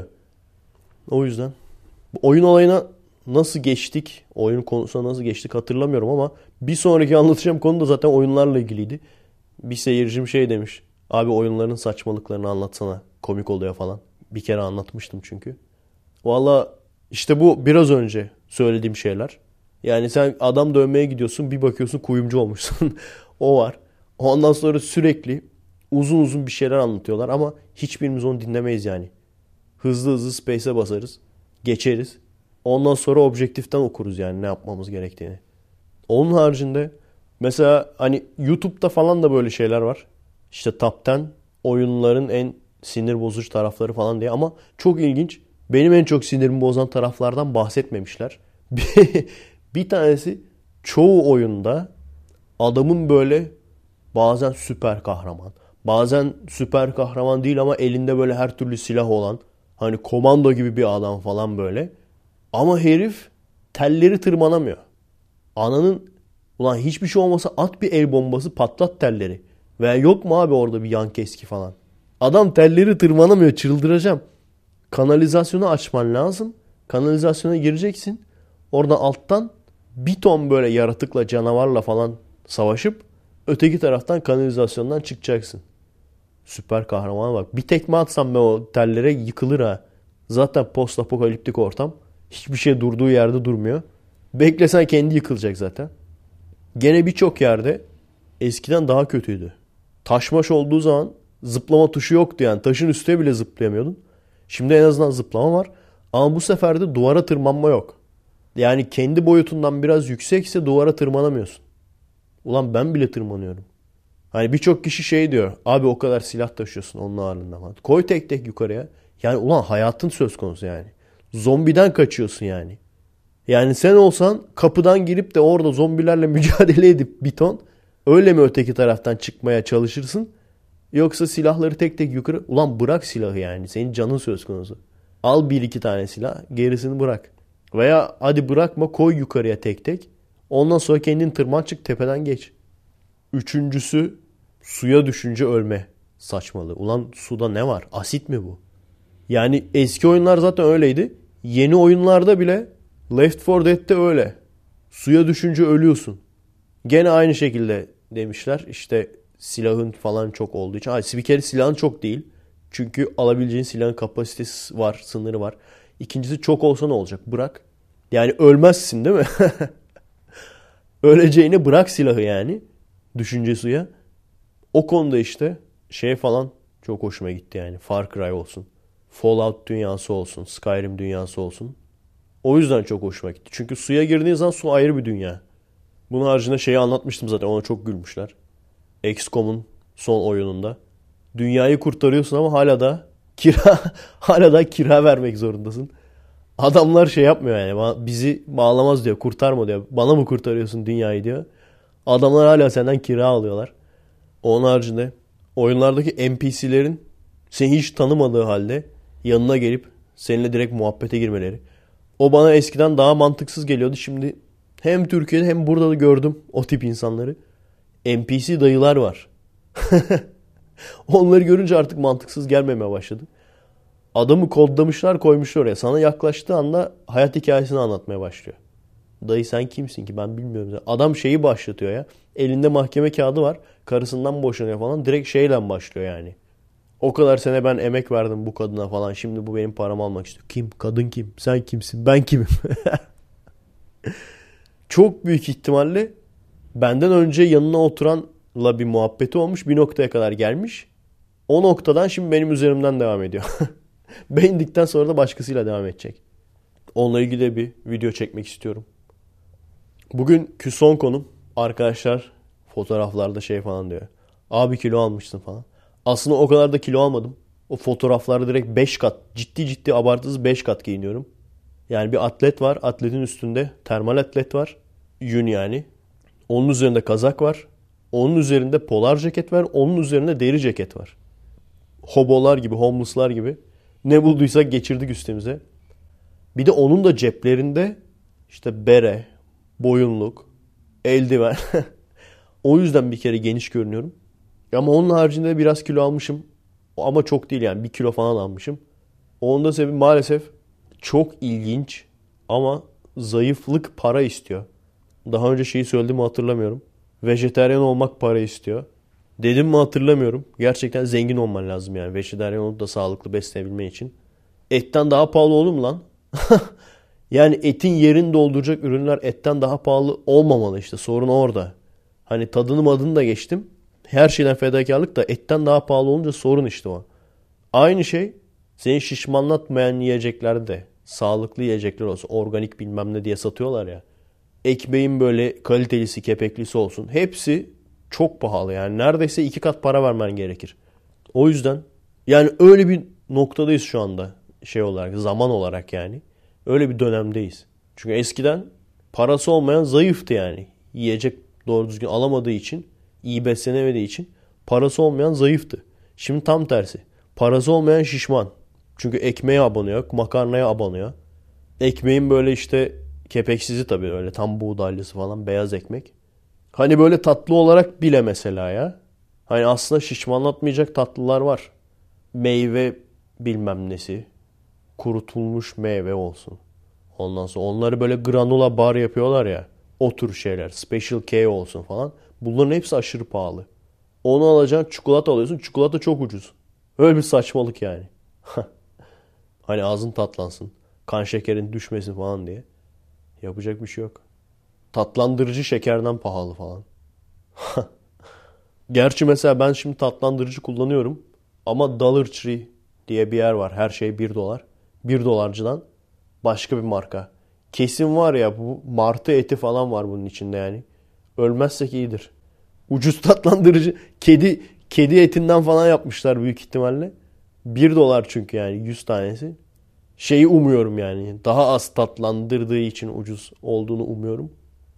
O yüzden bu oyun olayına nasıl geçtik, oyun konusuna nasıl geçtik hatırlamıyorum ama bir sonraki anlatacağım konu da zaten oyunlarla ilgiliydi. Bir seyircim şey demiş. Abi oyunların saçmalıklarını anlatsana. Komik oluyor falan. Bir kere anlatmıştım çünkü. Valla işte bu biraz önce söylediğim şeyler. Yani sen adam dövmeye gidiyorsun, bir bakıyorsun kuyumcu olmuşsun. O var. Ondan sonra sürekli uzun uzun bir şeyler anlatıyorlar ama hiçbirimiz onu dinlemeyiz yani. Hızlı hızlı space'e basarız. Geçeriz. Ondan sonra objektiften okuruz yani ne yapmamız gerektiğini. Onun haricinde mesela hani YouTube'da falan da böyle şeyler var. İşte Top 10 oyunların en sinir bozucu tarafları falan diye ama çok ilginç. Benim en çok sinirimi bozan taraflardan bahsetmemişler. Bir tanesi çoğu oyunda adamın böyle bazen süper kahraman, bazen süper kahraman değil ama elinde böyle her türlü silah olan hani komando gibi bir adam falan böyle. Ama herif telleri tırmanamıyor. Ananın ulan hiçbir şey olmasa at bir el bombası patlat telleri. Veya yok mu abi orada bir yan keski falan. Adam telleri tırmanamıyor, çıldıracağım. Kanalizasyonu açman lazım. Kanalizasyona gireceksin. Oradan alttan bir ton böyle yaratıkla canavarla falan savaşıp öteki taraftan kanalizasyondan çıkacaksın. Süper kahramana bak. Bir tekme atsam ben o tellere yıkılır ha. Zaten post apokaliptik ortam. Hiçbir şey durduğu yerde durmuyor. Beklesen kendi yıkılacak zaten. Gene birçok yerde eskiden daha kötüydü. Taşmaş olduğu zaman zıplama tuşu yoktu yani. Taşın üstüne bile zıplayamıyordun. Şimdi en azından zıplama var. Ama bu sefer de duvara tırmanma yok. Yani kendi boyutundan biraz yüksekse duvara tırmanamıyorsun. Ulan ben bile tırmanıyorum. Hani birçok kişi şey diyor. Abi o kadar silah taşıyorsun onun ağırlığında falan. Koy tek tek yukarıya. Yani ulan hayatın söz konusu yani. Zombiden kaçıyorsun yani. Yani sen olsan kapıdan girip de orada zombilerle mücadele edip bir ton öyle mi öteki taraftan çıkmaya çalışırsın? Yoksa silahları tek tek yukarı... Ulan bırak silahı yani. Senin canın söz konusu. Al bir iki tane silah. Gerisini bırak. Veya hadi bırakma koy yukarıya tek tek. Ondan sonra kendin tırman çık tepeden geç. Üçüncüsü suya düşünce ölme saçmalığı. Ulan suda ne var? Asit mi bu? Yani eski oyunlar zaten öyleydi. Yeni oyunlarda bile Left 4 Dead'de öyle. Suya düşünce ölüyorsun. Gene aynı şekilde demişler. İşte silahın falan çok olduğu için. Bir kere silahın çok değil. Çünkü alabileceğin silahın kapasitesi var, sınırı var. İkincisi çok olsa ne olacak? Bırak. Yani ölmezsin değil mi? Öleceğine bırak silahı yani. Düşünce suya. O konuda işte şey falan çok hoşuma gitti yani. Far Cry olsun. Fallout dünyası olsun. Skyrim dünyası olsun. O yüzden çok hoşuma gitti. Çünkü suya girdiğin zaman su ayrı bir dünya. Bunun haricinde şeyi anlatmıştım zaten. Ona çok gülmüşler. XCOM'un son oyununda. Dünyayı kurtarıyorsun ama hala da kira vermek zorundasın. Adamlar şey yapmıyor yani. Bizi bağlamaz diyor. Kurtarma diyor. Bana mı kurtarıyorsun dünyayı diyor. Adamlar hala senden kira alıyorlar. Onun haricinde oyunlardaki NPC'lerin seni hiç tanımadığı halde yanına gelip seninle direkt muhabbete girmeleri. O bana eskiden daha mantıksız geliyordu. Şimdi hem Türkiye'de hem burada da gördüm o tip insanları. NPC dayılar var. Onları görünce artık mantıksız gelmemeye başladı. Adamı kodlamışlar koymuşlar oraya. Sana yaklaştığı anda hayat hikayesini anlatmaya başlıyor. Dayı sen kimsin ki ben bilmiyorum. Adam şeyi başlatıyor ya. Elinde mahkeme kağıdı var. Karısından boşanıyor falan. Direkt şeyle başlıyor yani. O kadar sene ben emek verdim bu kadına falan. Şimdi bu benim paramı almak istiyor. Kim? Kadın kim? Sen kimsin? Ben kimim? Çok büyük ihtimalle benden önce yanına oturanla bir muhabbeti olmuş. Bir noktaya kadar gelmiş. O noktadan şimdi benim üzerimden devam ediyor. Ben indikten sonra da başkasıyla devam edecek. Onunla ilgili de bir video çekmek istiyorum. Bugünkü son konum arkadaşlar fotoğraflarda şey falan diyor. Abi kilo almışsın falan. Aslında o kadar da kilo almadım. O fotoğraflarda direkt 5 kat ciddi abartısız 5 kat giyiniyorum. Yani bir atlet var. Atletin üstünde termal atlet var. Yün yani. Onun üzerinde kazak var. Onun üzerinde polar ceket var. Onun üzerinde deri ceket var. Hobolar gibi, homeless'lar gibi. Ne bulduysak geçirdik üstümüze. Bir de onun da ceplerinde işte bere, boyunluk, eldiven. O yüzden bir kere geniş görünüyorum. Ama onun haricinde biraz kilo almışım. Ama çok değil yani 1 kilo falan almışım. Onun da sebebi maalesef çok ilginç ama zayıflık para istiyor. Daha önce şeyi söylediğimi hatırlamıyorum. Vejetaryen olmak para istiyor. Dedim mi hatırlamıyorum. Gerçekten zengin olman lazım yani. Vejetaryen olup da sağlıklı beslenebilmen için. Etten daha pahalı olur mu lan? Yani etin yerini dolduracak ürünler etten daha pahalı olmamalı işte. Sorun orada. Hani tadını madını da geçtim. Her şeyden fedakarlık da etten daha pahalı olunca sorun işte o. Aynı şey seni şişmanlatmayan yiyeceklerde de. Sağlıklı yiyecekler olsun. Organik bilmem ne diye satıyorlar ya. Ekmeğin böyle kalitelisi, kepeklisi olsun. Hepsi çok pahalı yani. Neredeyse 2 kat para vermen gerekir. O yüzden yani öyle bir noktadayız şu anda. Şey olarak, zaman olarak yani. Öyle bir dönemdeyiz. Çünkü eskiden parası olmayan zayıftı yani. Yiyecek doğru düzgün alamadığı için, iyi beslenemediği için parası olmayan zayıftı. Şimdi tam tersi. Parası olmayan şişman. Çünkü ekmeğe abanıyor, makarnaya abanıyor. Ekmeğin böyle işte kepeksizi tabii öyle tam buğdaylısı falan beyaz ekmek. Hani böyle tatlı olarak bile mesela ya. Hani aslında şişmanlatmayacak tatlılar var. Meyve bilmem nesi. Kurutulmuş meyve olsun. Ondan sonra onları böyle granula bar yapıyorlar ya. O tür şeyler. Special K olsun falan. Bunların hepsi aşırı pahalı. Onu alacaksın çikolata alıyorsun. Çikolata çok ucuz. Öyle bir saçmalık yani. Hani ağzın tatlansın. Kan şekerin düşmesin falan diye. Yapacak bir şey yok. Tatlandırıcı şekerden pahalı falan. Gerçi mesela ben şimdi tatlandırıcı kullanıyorum. Ama Dollar Tree diye bir yer var. Her şey 1 dolar. 1 dolarcıdan başka bir marka. Kesin var ya bu martı eti falan var bunun içinde yani. Ölmezsek iyidir. Ucuz tatlandırıcı. Kedi etinden falan yapmışlar büyük ihtimalle. $1 çünkü yani 100 tanesi. Şeyi umuyorum yani. Daha az tatlandırdığı için ucuz olduğunu umuyorum.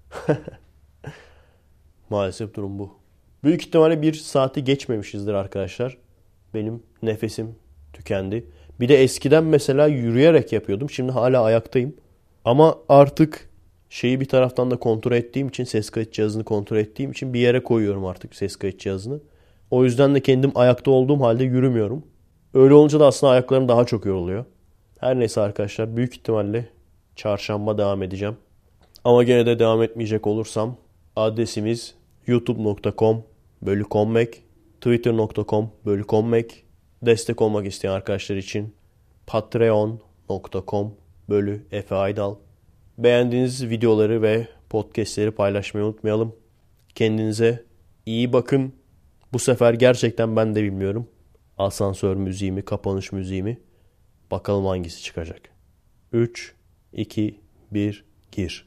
Maalesef durum bu. Büyük ihtimalle 1 saati geçmemişizdir arkadaşlar. Benim nefesim tükendi. Bir de eskiden mesela yürüyerek yapıyordum. Şimdi hala ayaktayım. Ama artık şeyi bir taraftan da kontrol ettiğim için, ses kayıt cihazını kontrol ettiğim için bir yere koyuyorum artık ses kayıt cihazını. O yüzden de kendim ayakta olduğum halde yürümüyorum. Öyle olunca da aslında ayaklarım daha çok yoruluyor. Her neyse arkadaşlar, büyük ihtimalle çarşamba devam edeceğim. Ama gene de devam etmeyecek olursam adresimiz youtube.com/comeback, twitter.com/comeback, destek olmak isteyen arkadaşlar için patreon.com/Efe Aydal. Beğendiğiniz videoları ve podcastleri paylaşmayı unutmayalım. Kendinize iyi bakın. Bu sefer gerçekten ben de bilmiyorum. Asansör müziği mi, kapanış müziği mi? Bakalım hangisi çıkacak. 3, 2, 1, gir.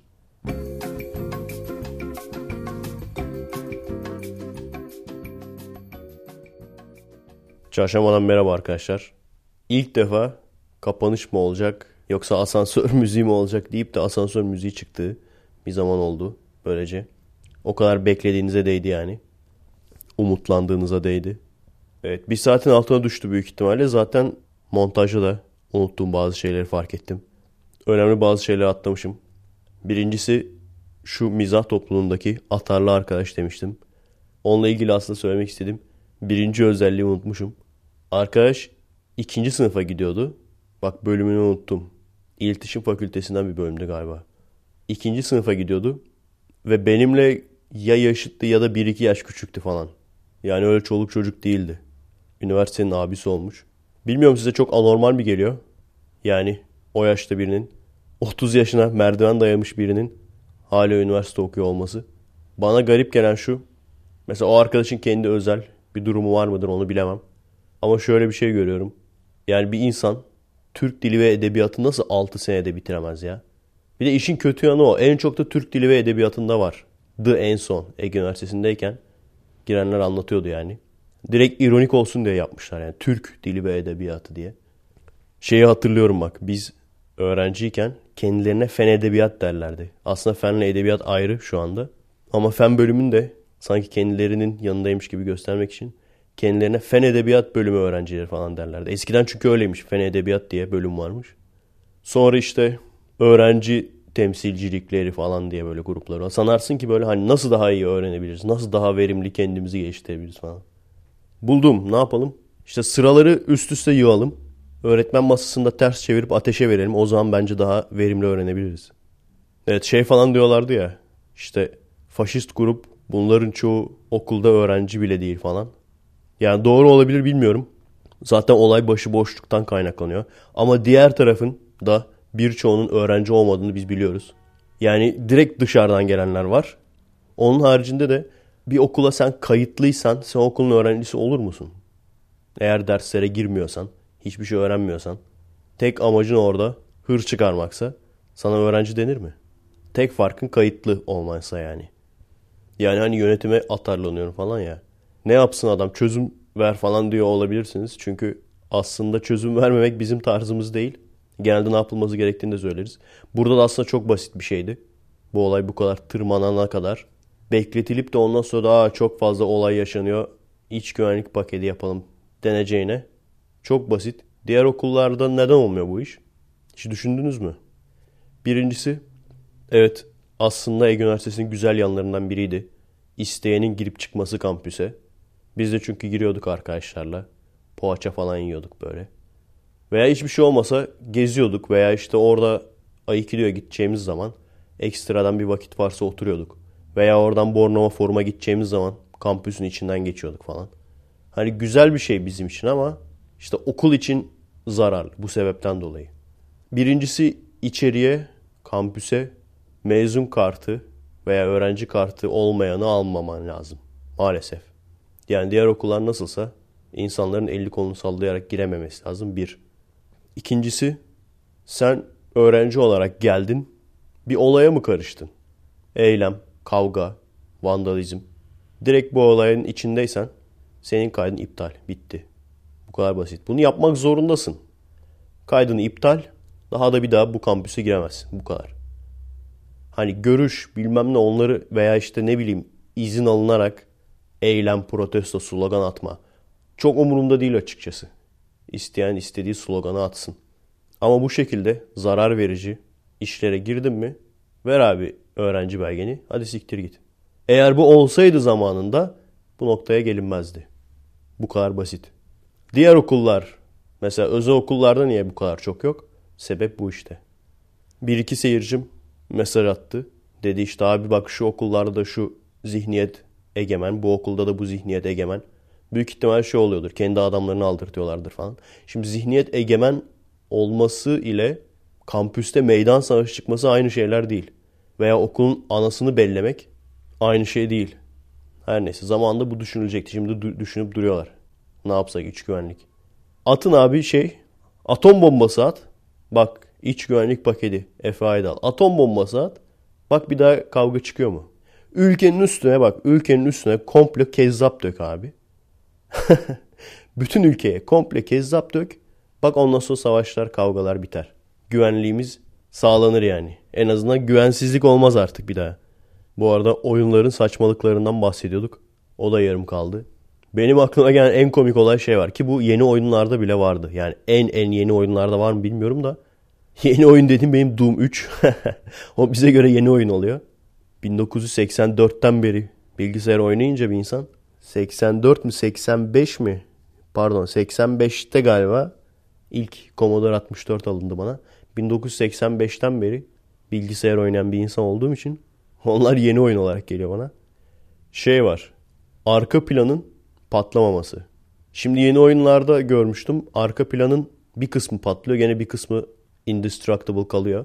Çarşambadan merhaba arkadaşlar. İlk defa kapanış mı olacak yoksa asansör müziği mi olacak deyip de asansör müziği çıktığı bir zaman oldu böylece. O kadar beklediğinize değdi yani. Umutlandığınıza değdi. Evet, 1 saatin altına düştü büyük ihtimalle. Zaten montajda da unuttuğum bazı şeyleri fark ettim. Önemli bazı şeyleri atlamışım. Birincisi şu mizah topluluğundaki atarlı arkadaş demiştim. Onunla ilgili aslında söylemek istedim. Birinci özelliği unutmuşum. Arkadaş 2. sınıfa gidiyordu. Bak, bölümünü unuttum. İletişim Fakültesinden bir bölümdü galiba. 2. sınıfa gidiyordu. Ve benimle ya yaşıttı ya da 1-2 yaş küçüktü falan. Yani öyle çoluk çocuk değildi. Üniversitenin abisi olmuş. Bilmiyorum, size çok anormal mi geliyor? Yani o yaşta birinin 30 yaşına merdiven dayamış birinin hala üniversite okuyor olması. Bana garip gelen şu. Mesela o arkadaşın kendi özel bir durumu var mıdır onu bilemem. Ama şöyle bir şey görüyorum. Yani bir insan Türk dili ve edebiyatı nasıl 6 senede bitiremez ya? Bir de işin kötü yanı o. En çok da Türk dili ve edebiyatında var. En son Ege Üniversitesi'ndeyken girenler anlatıyordu yani. Direkt ironik olsun diye yapmışlar yani. Türk dili ve edebiyatı diye. Şeyi hatırlıyorum bak. Biz öğrenciyken kendilerine fen edebiyat derlerdi. Aslında fenle edebiyat ayrı şu anda. Ama fen bölümünde sanki kendilerinin yanındaymış gibi göstermek için kendilerine fen edebiyat bölümü öğrencileri falan derlerdi. Eskiden çünkü öyleymiş. Fen edebiyat diye bölüm varmış. Sonra işte öğrenci temsilcilikleri falan diye böyle gruplar var. Sanarsın ki böyle hani nasıl daha iyi öğrenebiliriz? Nasıl daha verimli kendimizi geliştirebiliriz falan. Buldum. Ne yapalım? İşte sıraları üst üste yığalım. Öğretmen masasında ters çevirip ateşe verelim. O zaman bence daha verimli öğrenebiliriz. Evet, şey falan diyorlardı ya. İşte faşist grup, bunların çoğu okulda öğrenci bile değil falan. Yani doğru olabilir, bilmiyorum. Zaten olay başıboşluktan kaynaklanıyor. Ama diğer tarafın da birçoğunun öğrenci olmadığını biz biliyoruz. Yani direkt dışarıdan gelenler var. Onun haricinde de bir okula sen kayıtlıysan sen okulun öğrencisi olur musun? Eğer derslere girmiyorsan, hiçbir şey öğrenmiyorsan, tek amacın orada hır çıkarmaksa sana öğrenci denir mi? Tek farkın kayıtlı olmansa yani. Yani hani yönetime atarlanıyorum falan ya. Ne yapsın adam, çözüm ver falan diyor olabilirsiniz. Çünkü aslında çözüm vermemek bizim tarzımız değil. Genelde ne yapılması gerektiğini de söyleriz. Burada da aslında çok basit bir şeydi. Bu olay bu kadar tırmanana kadar. Bekletilip de ondan sonra daha çok fazla olay yaşanıyor. İç güvenlik paketi yapalım deneceğine. Çok basit. Diğer okullarda neden olmuyor bu iş? Hiç düşündünüz mü? Birincisi, evet, aslında Ege Üniversitesi'nin güzel yanlarından biriydi. İsteyenin girip çıkması kampüse. Biz de çünkü giriyorduk arkadaşlarla. Poğaça falan yiyorduk böyle. Veya hiçbir şey olmasa geziyorduk veya işte orada Aikido'ya gideceğimiz zaman ekstradan bir vakit varsa oturuyorduk. Veya oradan Bornova Forum'a gideceğimiz zaman kampüsün içinden geçiyorduk falan. Hani güzel bir şey bizim için ama işte okul için zararlı bu sebepten dolayı. Birincisi, içeriye, kampüse mezun kartı veya öğrenci kartı olmayanı almaman lazım. Maalesef. Yani diğer okullar nasılsa insanların elini kolunu sallayarak girememesi lazım. Bir. İkincisi, sen öğrenci olarak geldin, bir olaya mı karıştın? Eylem, kavga, vandalizm. Direkt bu olayın içindeysen senin kaydın iptal. Bitti. Bu Bu kadar basit. Bunu yapmak zorundasın. Kaydını iptal. Daha da bir daha bu kampüse giremezsin. Bu kadar. Hani görüş bilmem ne onları veya işte ne bileyim izin alınarak eylem, protesto, slogan atma. Çok umurumda değil açıkçası. İsteyen istediği sloganı atsın. Ama bu şekilde zarar verici işlere girdin mi ver abi öğrenci belgeni hadi siktir git. Eğer bu olsaydı zamanında bu noktaya gelinmezdi. Bu kadar basit. Diğer okullar mesela özel okullarda niye bu kadar çok yok? Sebep bu işte. Bir iki seyircim mesaj attı. Dedi işte abi bak şu okullarda da şu zihniyet egemen. Bu okulda da bu zihniyet egemen. Büyük ihtimal şey oluyordur. Kendi adamlarını aldırtıyorlardır falan. Şimdi zihniyet egemen olması ile kampüste meydan savaşı çıkması aynı şeyler değil. Veya okulun anasını bellemek aynı şey değil. Her neyse zamanında bu düşünülecekti. Şimdi düşünüp duruyorlar. Ne yapsak iç güvenlik. Atın abi atom bombası at. Bak iç güvenlik paketi Efe Aydal. Atom bombası at. Bak bir daha kavga çıkıyor mu? Ülkenin üstüne komple kezzap dök abi. Bütün ülkeye komple kezzap dök. Bak ondan sonra savaşlar, kavgalar biter. Güvenliğimiz sağlanır yani. En azından güvensizlik olmaz artık bir daha. Bu arada oyunların saçmalıklarından bahsediyorduk. O da yarım kaldı. Benim aklıma gelen en komik olay şey var ki bu yeni oyunlarda bile vardı. Yani en yeni oyunlarda var mı bilmiyorum da. Yeni oyun dediğim benim Doom 3. O bize göre yeni oyun oluyor. 1984'ten beri bilgisayar oynayınca bir insan 84 mi 85 mi? Pardon 85'te galiba ilk Commodore 64 alındı bana. 1985'ten beri bilgisayar oynayan bir insan olduğum için onlar yeni oyun olarak geliyor bana. Şey var. Arka planın patlamaması. Şimdi yeni oyunlarda görmüştüm. Arka planın bir kısmı patlıyor. Gene bir kısmı indestructible kalıyor.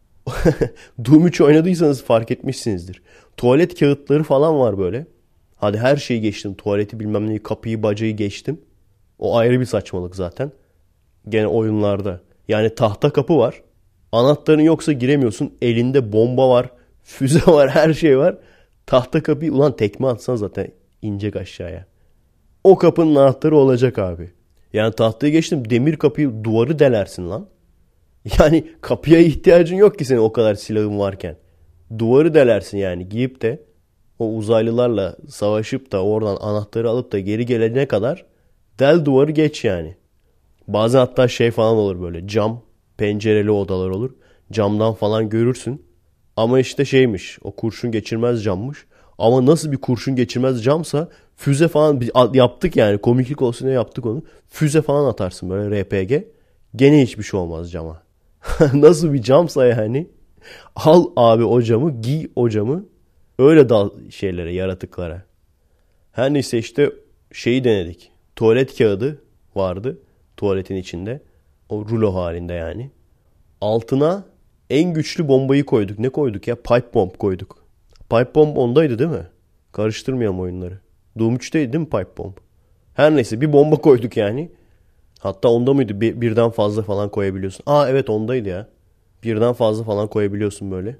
Doom 3 oynadıysanız fark etmişsinizdir. Tuvalet kağıtları falan var böyle. Hadi her şeyi geçtim. Tuvaleti bilmem neyi, kapıyı, bacayı geçtim. O ayrı bir saçmalık zaten. Gene oyunlarda. Yani tahta kapı var. Anahtarın yoksa giremiyorsun. Elinde bomba var. Füze var. Her şey var. Tahta kapıyı ulan tekme atsan zaten inecek aşağıya. O kapının anahtarı olacak abi. Yani tahtayı geçtim. Demir kapıyı duvarı delersin lan. Yani kapıya ihtiyacın yok ki senin o kadar silahın varken. Duvarı delersin yani. Giyip de o uzaylılarla savaşıp da oradan anahtarı alıp da geri gelene kadar del duvarı geç yani. Bazen hatta şey falan olur böyle cam pencereli odalar olur. Camdan falan görürsün. Ama işte şeymiş o kurşun geçirmez cammış. Ama nasıl bir kurşun geçirmez camsa füze falan yaptık yani komiklik olsun diye yaptık onu. Füze falan atarsın böyle RPG. Gene hiçbir şey olmaz cama. Nasıl bir camsa yani. Al abi o camı giy o camı. Öyle dal şeylere yaratıklara. Her neyse işte şeyi denedik. Tuvalet kağıdı vardı tuvaletin içinde. O rulo halinde yani. Altına en güçlü bombayı koyduk. Ne koyduk ya? Pipe bomb koyduk. Pipe bomb ondaydı değil mi? Karıştırmayalım oyunları. Doom 3'teydi değil mi pipe bomb? Her neyse bir bomba koyduk yani. Hatta onda mıydı? Birden fazla falan koyabiliyorsun. Aa evet ondaydı ya. Birden fazla falan koyabiliyorsun böyle.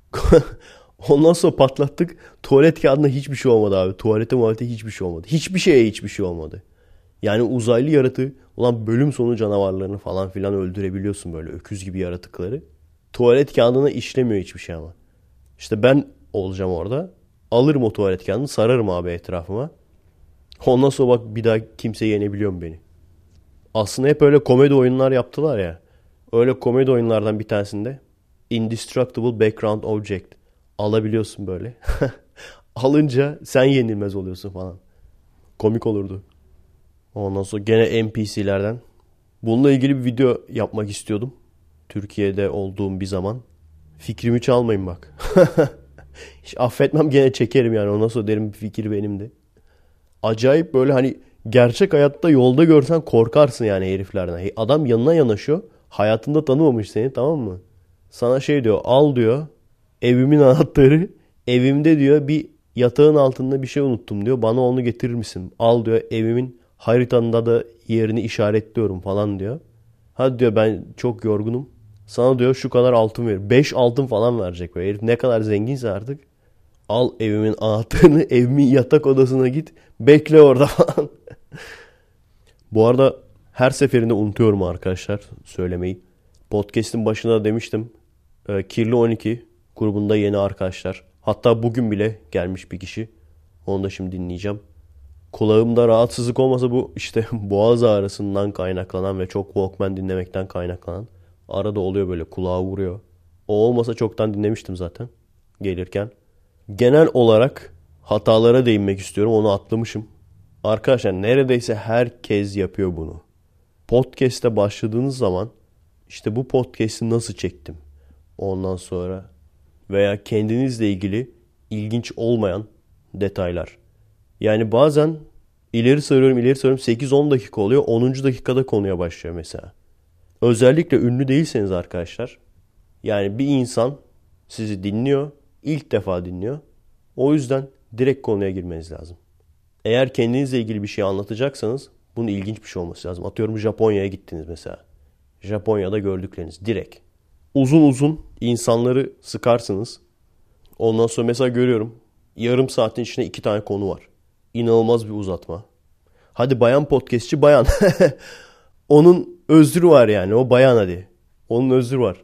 Ondan sonra patlattık. Tuvalet kağıdına hiçbir şey olmadı abi. Tuvalete hiçbir şey olmadı. Hiçbir şeye hiçbir şey olmadı. Yani uzaylı yaratığı olan bölüm sonu canavarlarını falan filan öldürebiliyorsun böyle öküz gibi yaratıkları. Tuvalet kağıdına işlemiyor hiçbir şey ama. İşte ben olacağım orada. Alırım o tuvalet kağıdını sararım abi etrafıma. Ondan sonra bak bir daha kimse yenebiliyor mu beni? Aslında hep öyle komedi oyunlar yaptılar ya. Öyle komedi oyunlardan bir tanesinde Indestructible Background Object alabiliyorsun böyle. Alınca sen yenilmez oluyorsun falan. Komik olurdu. Ondan sonra gene NPC'lerden. Bununla ilgili bir video yapmak istiyordum. Türkiye'de olduğum bir zaman. Fikrimi çalmayın bak. Hiç affetmem gene çekerim yani. Ondan sonra derim bir fikir benimdi. Acayip böyle hani gerçek hayatta yolda görsen korkarsın yani heriflerden. Adam yanına yanaşıyor. Hayatında tanımamış seni tamam mı? Sana şey diyor al diyor. Evimin anahtarı. Evimde diyor bir yatağın altında bir şey unuttum diyor. Bana onu getirir misin? Al diyor evimin haritanında da yerini işaretliyorum falan diyor. Hadi diyor ben çok yorgunum. Sana diyor şu kadar altın verir. 5 altın falan verecek böyle. Herif ne kadar zenginse artık. Al evimin anahtarını evimin yatak odasına git. Bekle orada falan. Bu arada Her seferinde unutuyorum arkadaşlar söylemeyi. Podcast'in başında da demiştim. Kirli 12 grubunda yeni arkadaşlar. Hatta bugün bile gelmiş bir kişi. Onu da şimdi dinleyeceğim. Kulağımda rahatsızlık olmasa bu işte boğaz ağrısından kaynaklanan ve çok Walkman dinlemekten kaynaklanan. Arada oluyor böyle, kulağa vuruyor. O olmasa çoktan dinlemiştim zaten gelirken. Genel olarak hatalara değinmek istiyorum. Onu atlamışım. Arkadaşlar neredeyse herkes yapıyor bunu. Podcast'e başladığınız zaman işte bu podcast'i nasıl çektim? Ondan sonra veya kendinizle ilgili ilginç olmayan detaylar. Yani bazen ileri sarıyorum 8-10 dakika oluyor. 10. dakikada konuya başlıyor mesela. Özellikle ünlü değilseniz arkadaşlar. Yani bir insan sizi dinliyor. İlk defa dinliyor. O yüzden direkt konuya girmeniz lazım. Eğer kendinizle ilgili bir şey anlatacaksanız bunun ilginç bir şey olması lazım. Atıyorum Japonya'ya gittiniz mesela. Japonya'da gördükleriniz direkt. Uzun uzun insanları sıkarsınız. Ondan sonra mesela görüyorum. Yarım saatin içinde 2 tane konu var. İnanılmaz bir uzatma. Hadi bayan podcastçi bayan. Onun özrü var yani. O bayan hadi. Onun özrü var.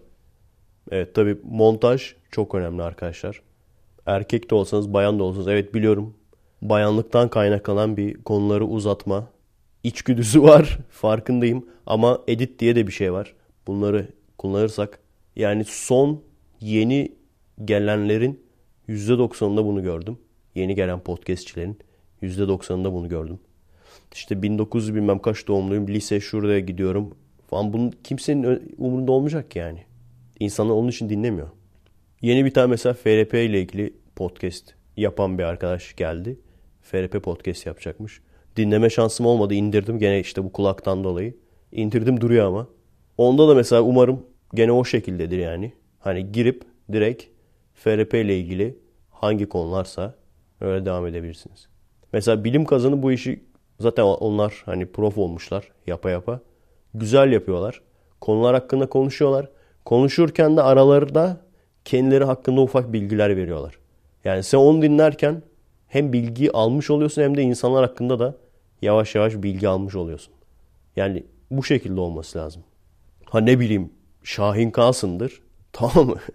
Evet tabii montaj çok önemli arkadaşlar. Erkek de olsanız bayan da olsanız. Evet biliyorum. Bayanlıktan kaynaklanan bir konuları uzatma içgüdüsü var. Farkındayım. Ama edit diye de bir şey var. Bunları kullanırsak. Yani son yeni gelenlerin %90'ında bunu gördüm. Yeni gelen podcastçilerin %90'ında bunu gördüm. İşte 1900 bilmem kaç doğumluyum. Lise şuraya gidiyorum falan. Bunun kimsenin umurunda olmayacak yani. İnsanlar onun için dinlemiyor. Yeni bir tane mesela FRP ile ilgili podcast yapan bir arkadaş geldi. FRP podcast yapacakmış. Dinleme şansım olmadı. İndirdim gene işte bu kulaktan dolayı. İndirdim duruyor ama. Onda da mesela umarım gene o şekildedir yani. Hani girip direkt FRP ile ilgili hangi konularsa öyle devam edebilirsiniz. Mesela bilim kazanı bu işi zaten onlar hani prof olmuşlar yapa yapa. Güzel yapıyorlar. Konular hakkında konuşuyorlar. Konuşurken de aralarında kendileri hakkında ufak bilgiler veriyorlar. Yani sen onu dinlerken hem bilgi almış oluyorsun hem de insanlar hakkında da yavaş yavaş bilgi almış oluyorsun. Yani bu şekilde olması lazım. Ha ne bileyim Şahin K'sındır. Tamam mı?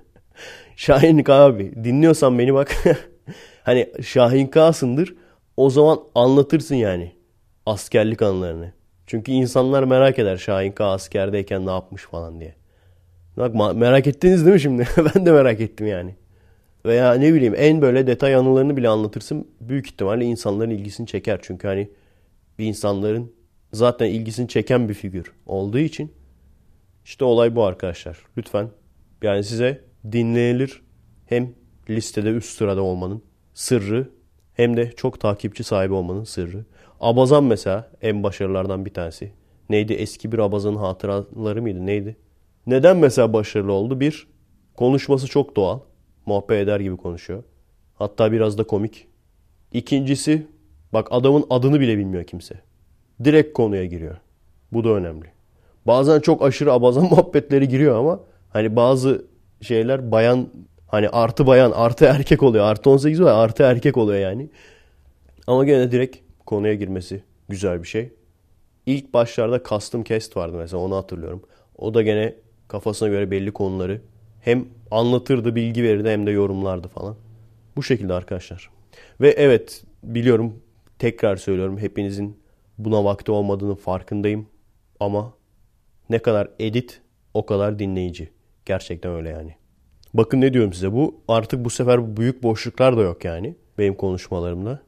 Şahin K abi dinliyorsan beni bak. Hani Şahin K'sındır. O zaman anlatırsın yani askerlik anılarını. Çünkü insanlar merak eder Şahin K askerdeyken ne yapmış falan diye. Bak merak ettiniz değil mi şimdi? Ben de merak ettim yani. Veya ne bileyim en böyle detay anılarını bile anlatırsın. Büyük ihtimalle insanların ilgisini çeker. Çünkü hani bir insanların zaten ilgisini çeken bir figür olduğu için işte olay bu arkadaşlar. Lütfen yani size dinlenilir hem listede üst sırada olmanın sırrı hem de çok takipçi sahibi olmanın sırrı. Abazan mesela en başarılardan bir tanesi. Neydi? Eski bir Abazan'ın hatıraları mıydı? Neydi? Neden mesela başarılı oldu? Bir, konuşması çok doğal. Muhabbet eder gibi konuşuyor. Hatta biraz da komik. İkincisi, bak adamın adını bile bilmiyor kimse. Direkt konuya giriyor. Bu da önemli. Bazen çok aşırı abazan muhabbetleri giriyor ama hani bazı şeyler bayan hani artı bayan artı erkek oluyor. Artı 18 var artı erkek oluyor yani. Ama gene direkt konuya girmesi güzel bir şey. İlk başlarda custom cast vardı mesela onu hatırlıyorum. O da gene kafasına göre belli konuları hem anlatırdı, bilgi verirdi hem de yorumlardı falan. Bu şekilde arkadaşlar. Ve evet biliyorum tekrar söylüyorum hepinizin buna vakti olmadığını farkındayım. Ama ne kadar edit o kadar dinleyici. Gerçekten öyle yani. Bakın ne diyorum size bu artık bu sefer büyük boşluklar da yok yani benim konuşmalarımda.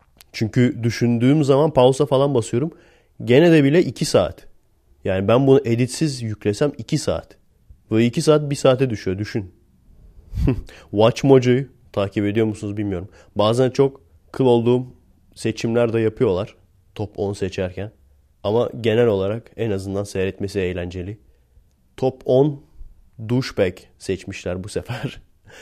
Çünkü düşündüğüm zaman pausa falan basıyorum. Gene de bile 2 saat. Yani ben bunu editsiz yüklesem 2 saat. Böyle 2 saat 1 saate düşüyor düşün. Watchmojo'yu takip ediyor musunuz bilmiyorum. Bazen çok kıl olduğum seçimler de yapıyorlar. Top 10 seçerken. Ama genel olarak en azından seyretmesi eğlenceli. Top 10 douchebag seçmişler bu sefer.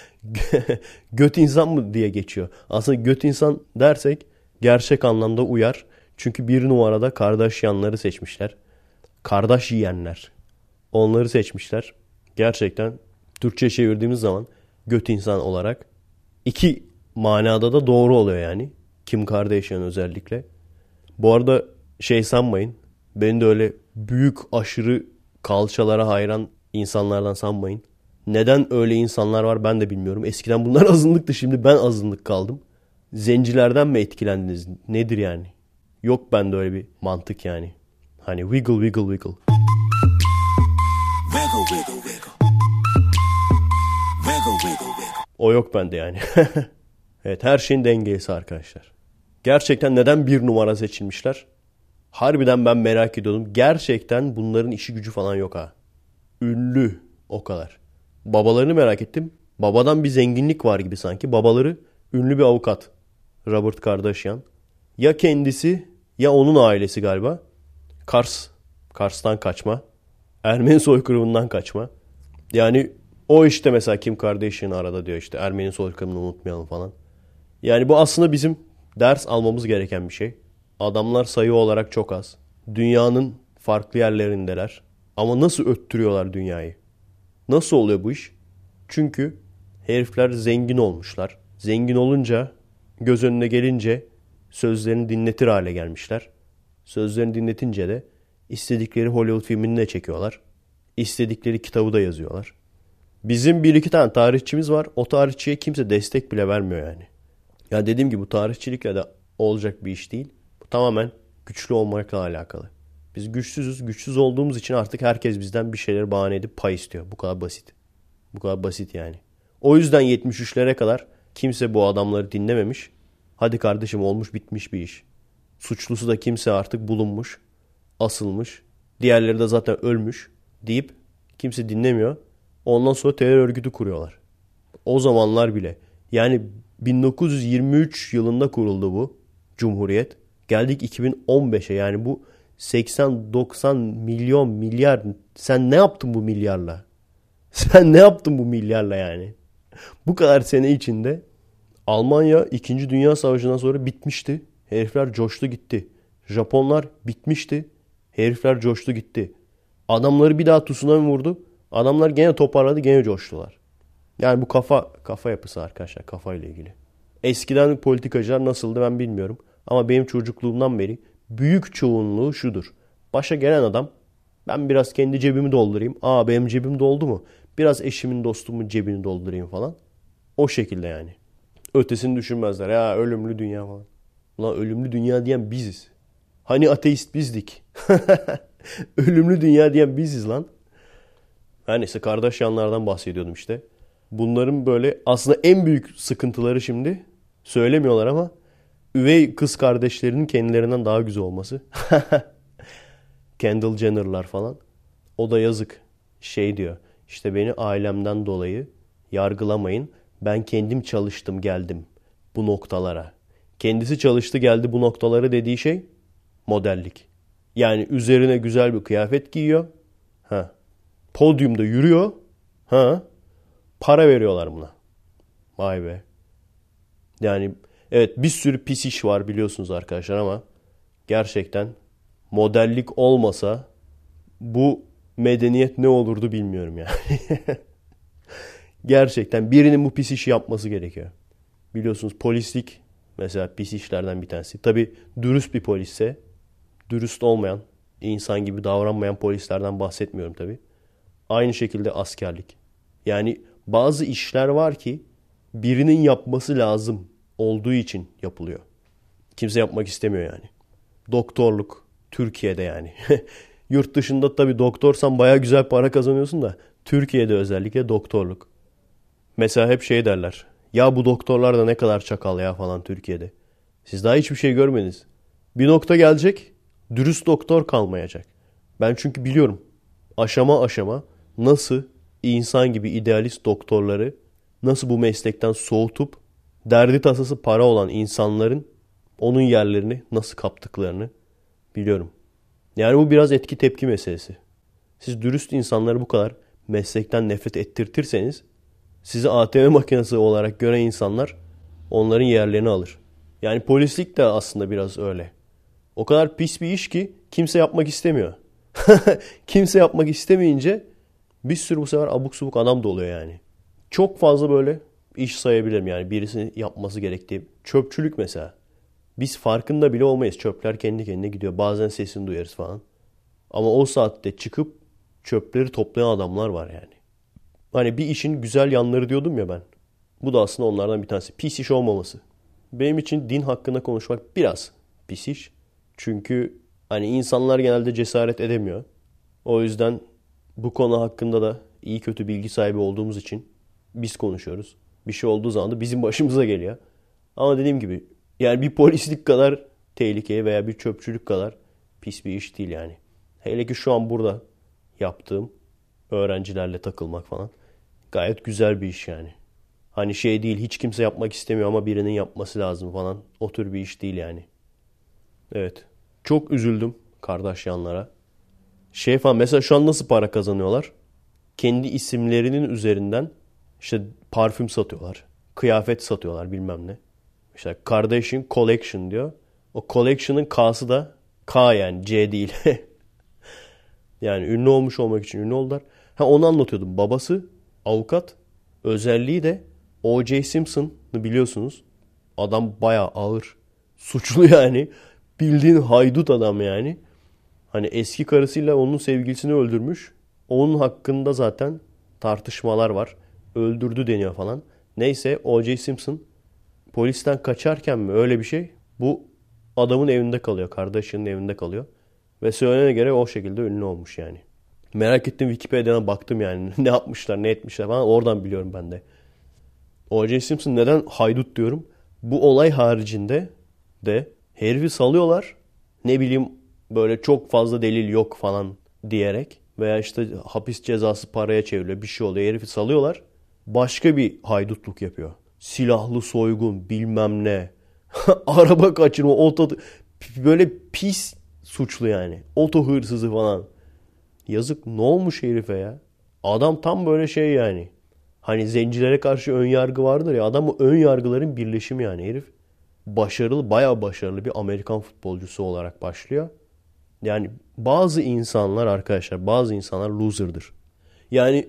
Göt insan mı diye geçiyor. Aslında göt insan dersek gerçek anlamda uyar. Çünkü bir numarada Kardashianları seçmişler. Kardeş yiyenler. Onları seçmişler. Gerçekten Türkçe çevirdiğimiz zaman göt insan olarak iki manada da doğru oluyor yani. Kim Kardashian özellikle. Bu arada şey sanmayın. Beni de öyle büyük aşırı kalçalara hayran insanlardan sanmayın. Neden öyle insanlar var ben de bilmiyorum. Eskiden bunlar azınlıktı, şimdi ben azınlık kaldım. Zencilerden mi etkilendiniz? Nedir yani? Yok bende öyle bir mantık yani. Hani wiggle wiggle wiggle. Wiggle wiggle wiggle. Wiggle wiggle wiggle. O yok bende yani. Evet, her şeyin dengesi arkadaşlar. Gerçekten neden bir numara seçilmişler? Harbiden ben merak ediyordum. Gerçekten bunların işi gücü falan yok ha. Ünlü o kadar. Babalarını merak ettim. Babadan bir zenginlik var gibi sanki. Babaları ünlü bir avukat. Robert Kardashian. Ya kendisi ya onun ailesi galiba. Kars'tan kaçma. Ermeni soykırımından kaçma. Yani o işte mesela Kim Kardashian arada diyor işte Ermeni soykırımını unutmayalım falan. Yani bu aslında bizim ders almamız gereken bir şey. Adamlar sayı olarak çok az. Dünyanın farklı yerlerindeler. Ama nasıl öttürüyorlar dünyayı? Nasıl oluyor bu iş? Çünkü herifler zengin olmuşlar. Zengin olunca, göz önüne gelince sözlerini dinletir hale gelmişler. Sözlerini dinletince de istedikleri Hollywood filmini de çekiyorlar. İstedikleri kitabı da yazıyorlar. Bizim bir iki tane tarihçimiz var. O tarihçiye kimse destek bile vermiyor yani. Ya dediğim gibi bu tarihçilikle de olacak bir iş değil. Bu tamamen güçlü olmakla alakalı. Biz güçsüzüz. Güçsüz olduğumuz için artık herkes bizden bir şeyleri bahane edip pay istiyor. Bu kadar basit. Bu kadar basit yani. O yüzden 73'lere kadar kimse bu adamları dinlememiş. Hadi kardeşim olmuş bitmiş bir iş. Suçlusu da kimse artık bulunmuş. Asılmış. Diğerleri de zaten ölmüş deyip kimse dinlemiyor. Ondan sonra terör örgütü kuruyorlar. O zamanlar bile. Yani 1923 yılında kuruldu bu Cumhuriyet. Geldik 2015'e, yani bu 80-90 milyon milyar. Sen ne yaptın bu milyarla? Sen ne yaptın bu milyarla yani? Bu kadar sene içinde Almanya 2. Dünya Savaşı'ndan sonra bitmişti. Herifler coştu gitti. Japonlar bitmişti. Herifler coştu gitti. Adamları bir daha tsunami vurdu. Adamlar gene toparladı, gene coştular. Yani bu kafa yapısı arkadaşlar, kafayla ilgili. Eskiden politikacılar nasıldı ben bilmiyorum. Ama benim çocukluğumdan beri büyük çoğunluğu şudur. Başa gelen adam, ben biraz kendi cebimi doldurayım. Aa, benim cebim doldu mu? Biraz eşimin, dostumun cebini doldurayım falan. O şekilde yani. Ötesini düşünmezler. Ya ölümlü dünya falan. Ulan ölümlü dünya diyen biziz. Hani ateist bizdik. Ölümlü dünya diyen biziz lan. Her neyse, Kardashianlardan bahsediyordum işte. Bunların böyle aslında en büyük sıkıntıları şimdi söylemiyorlar ama üvey kız kardeşlerinin kendilerinden daha güzel olması. Kendall Jenner'lar falan. O da yazık. Şey diyor. İşte beni ailemden dolayı yargılamayın. Ben kendim çalıştım geldim bu noktalara. Kendisi çalıştı geldi bu noktalara dediği şey modellik. Yani üzerine güzel bir kıyafet giyiyor. Ha. Podyumda yürüyor. Ha. Para veriyorlar buna. Vay be. Yani evet, bir sürü pis iş var biliyorsunuz arkadaşlar ama gerçekten modellik olmasa bu medeniyet ne olurdu bilmiyorum yani. Gerçekten birinin bu pis işi yapması gerekiyor. Biliyorsunuz polislik mesela pis işlerden bir tanesi. Tabii dürüst bir polisse, dürüst olmayan, insan gibi davranmayan polislerden bahsetmiyorum tabii. Aynı şekilde askerlik. Yani bazı işler var ki birinin yapması lazım olduğu için yapılıyor. Kimse yapmak istemiyor yani. Doktorluk Türkiye'de yani. Yurt dışında tabii doktorsan baya güzel para kazanıyorsun da Türkiye'de özellikle doktorluk. Mesela hep şey derler. Ya bu doktorlar da ne kadar çakal ya falan Türkiye'de. Siz daha hiçbir şey görmediniz. Bir nokta gelecek, dürüst doktor kalmayacak. Ben çünkü biliyorum aşama aşama nasıl insan gibi idealist doktorları nasıl bu meslekten soğutup derdi tasası para olan insanların onun yerlerini nasıl kaptıklarını biliyorum. Yani bu biraz etki tepki meselesi. Siz dürüst insanları bu kadar meslekten nefret ettirtirseniz sizi ATM makinesi olarak gören insanlar onların yerlerini alır. Yani polislik de aslında biraz öyle. O kadar pis bir iş ki kimse yapmak istemiyor. Kimse yapmak istemeyince bir sürü bu sefer abuk subuk adam da oluyor yani. Çok fazla böyle iş sayabilirim yani birisinin yapması gerektiği. Çöpçülük mesela. Biz farkında bile olmayız. Çöpler kendi kendine gidiyor. Bazen sesini duyarız falan. Ama o saatte çıkıp çöpleri toplayan adamlar var yani. Hani bir işin güzel yanları diyordum ya ben. Bu da aslında onlardan bir tanesi. Pis iş olmaması. Benim için din hakkında konuşmak biraz pis iş. Çünkü hani insanlar genelde cesaret edemiyor. O yüzden bu konu hakkında da iyi kötü bilgi sahibi olduğumuz için biz konuşuyoruz. Bir şey olduğu zaman da bizim başımıza geliyor. Ama dediğim gibi yani bir polislik kadar tehlikeli veya bir çöpçülük kadar pis bir iş değil yani. Hele ki şu an burada yaptığım öğrencilerle takılmak falan gayet güzel bir iş yani. Hani şey değil, hiç kimse yapmak istemiyor ama birinin yapması lazım falan. O tür bir iş değil yani. Evet. Çok üzüldüm Kardashianlara. Şey falan mesela şu an nasıl para kazanıyorlar? Kendi isimlerinin üzerinden işte parfüm satıyorlar. Kıyafet satıyorlar bilmem ne. İşte Kardashian Collection diyor. O Collection'ın K'sı da K yani C değil. Yani ünlü olmuş olmak için ünlü oldular. Ha onu anlatıyordum. Babası avukat. Özelliği de O.J. Simpson'ı biliyorsunuz. Adam bayağı ağır. Suçlu yani. Bildiğin haydut adam yani. Hani eski karısıyla onun sevgilisini öldürmüş. Onun hakkında zaten tartışmalar var. Öldürdü deniyor falan. Neyse O.J. Simpson polisten kaçarken mi öyle bir şey? Bu adamın evinde kalıyor. Kardashian'ın evinde kalıyor. Ve söylenene göre o şekilde ünlü olmuş yani. Merak ettim Wikipedia'dan baktım yani. Ne yapmışlar ne etmişler falan. Oradan biliyorum ben de. O.J. Simpson neden haydut diyorum? Bu olay haricinde de herifi salıyorlar. Ne bileyim böyle çok fazla delil yok falan diyerek. Veya işte hapis cezası paraya çevriliyor. Bir şey oluyor. Herifi salıyorlar. Başka bir haydutluk yapıyor. Silahlı soygun bilmem ne. Araba kaçırma. Böyle pis suçlu yani. Oto hırsızı falan. Yazık ne olmuş herife ya. Adam tam böyle şey yani. Hani zencilere karşı ön yargı vardır ya. Adam o ön yargıların birleşimi yani herif. Başarılı, bayağı başarılı bir Amerikan futbolcusu olarak başlıyor. Yani bazı insanlar arkadaşlar, bazı insanlar loser'dır. Yani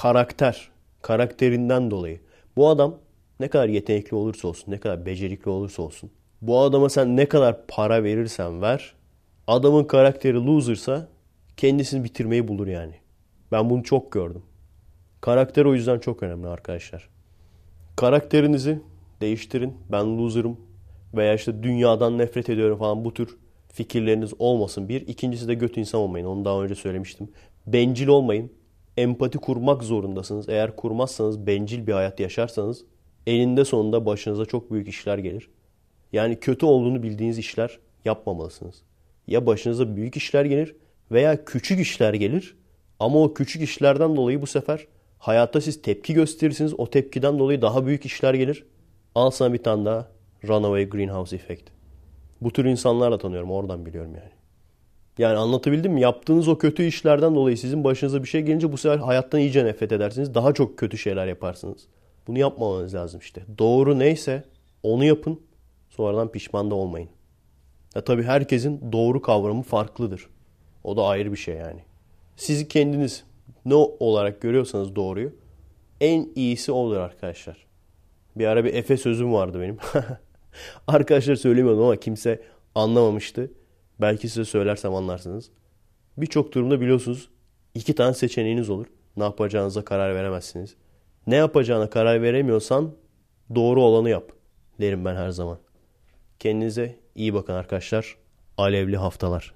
karakterinden dolayı. Bu adam ne kadar yetenekli olursa olsun, ne kadar becerikli olursa olsun. Bu adama sen ne kadar para verirsen ver, adamın karakteri loser'sa kendisini bitirmeyi bulur yani. Ben bunu çok gördüm. Karakter o yüzden çok önemli arkadaşlar. Karakterinizi değiştirin. Ben loser'ım veya işte dünyadan nefret ediyorum falan bu tür fikirleriniz olmasın. Bir. İkincisi de göt insan olmayın. Onu daha önce söylemiştim. Bencil olmayın. Empati kurmak zorundasınız. Eğer kurmazsanız, bencil bir hayat yaşarsanız eninde sonunda başınıza çok büyük işler gelir. Yani kötü olduğunu bildiğiniz işler yapmamalısınız. Ya başınıza büyük işler gelir veya küçük işler gelir. Ama o küçük işlerden dolayı bu sefer hayatta siz tepki gösterirsiniz. O tepkiden dolayı daha büyük işler gelir. Al sana bir tane daha Runaway Greenhouse Effect. Bu tür insanlarla tanıyorum. Oradan biliyorum yani. Yani anlatabildim mi? Yaptığınız o kötü işlerden dolayı sizin başınıza bir şey gelince bu sefer hayattan iyice nefret edersiniz. Daha çok kötü şeyler yaparsınız. Bunu yapmamanız lazım işte. Doğru neyse onu yapın. Sonradan pişman da olmayın. Ya tabii herkesin doğru kavramı farklıdır. O da ayrı bir şey yani. Siz kendiniz ne olarak görüyorsanız doğruyu en iyisi olur arkadaşlar. Bir ara bir Efe sözüm vardı benim. Arkadaşlar söylemiyordum ama kimse anlamamıştı. Belki size söylersem anlarsınız. Birçok durumda biliyorsunuz 2 tane seçeneğiniz olur. Ne yapacağınıza karar veremezsiniz. Ne yapacağına karar veremiyorsan doğru olanı yap derim ben her zaman. Kendinize iyi bakın arkadaşlar. Alevli haftalar.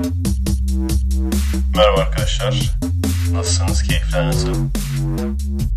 Merhaba arkadaşlar. Nasılsınız? Keyifler nasıl?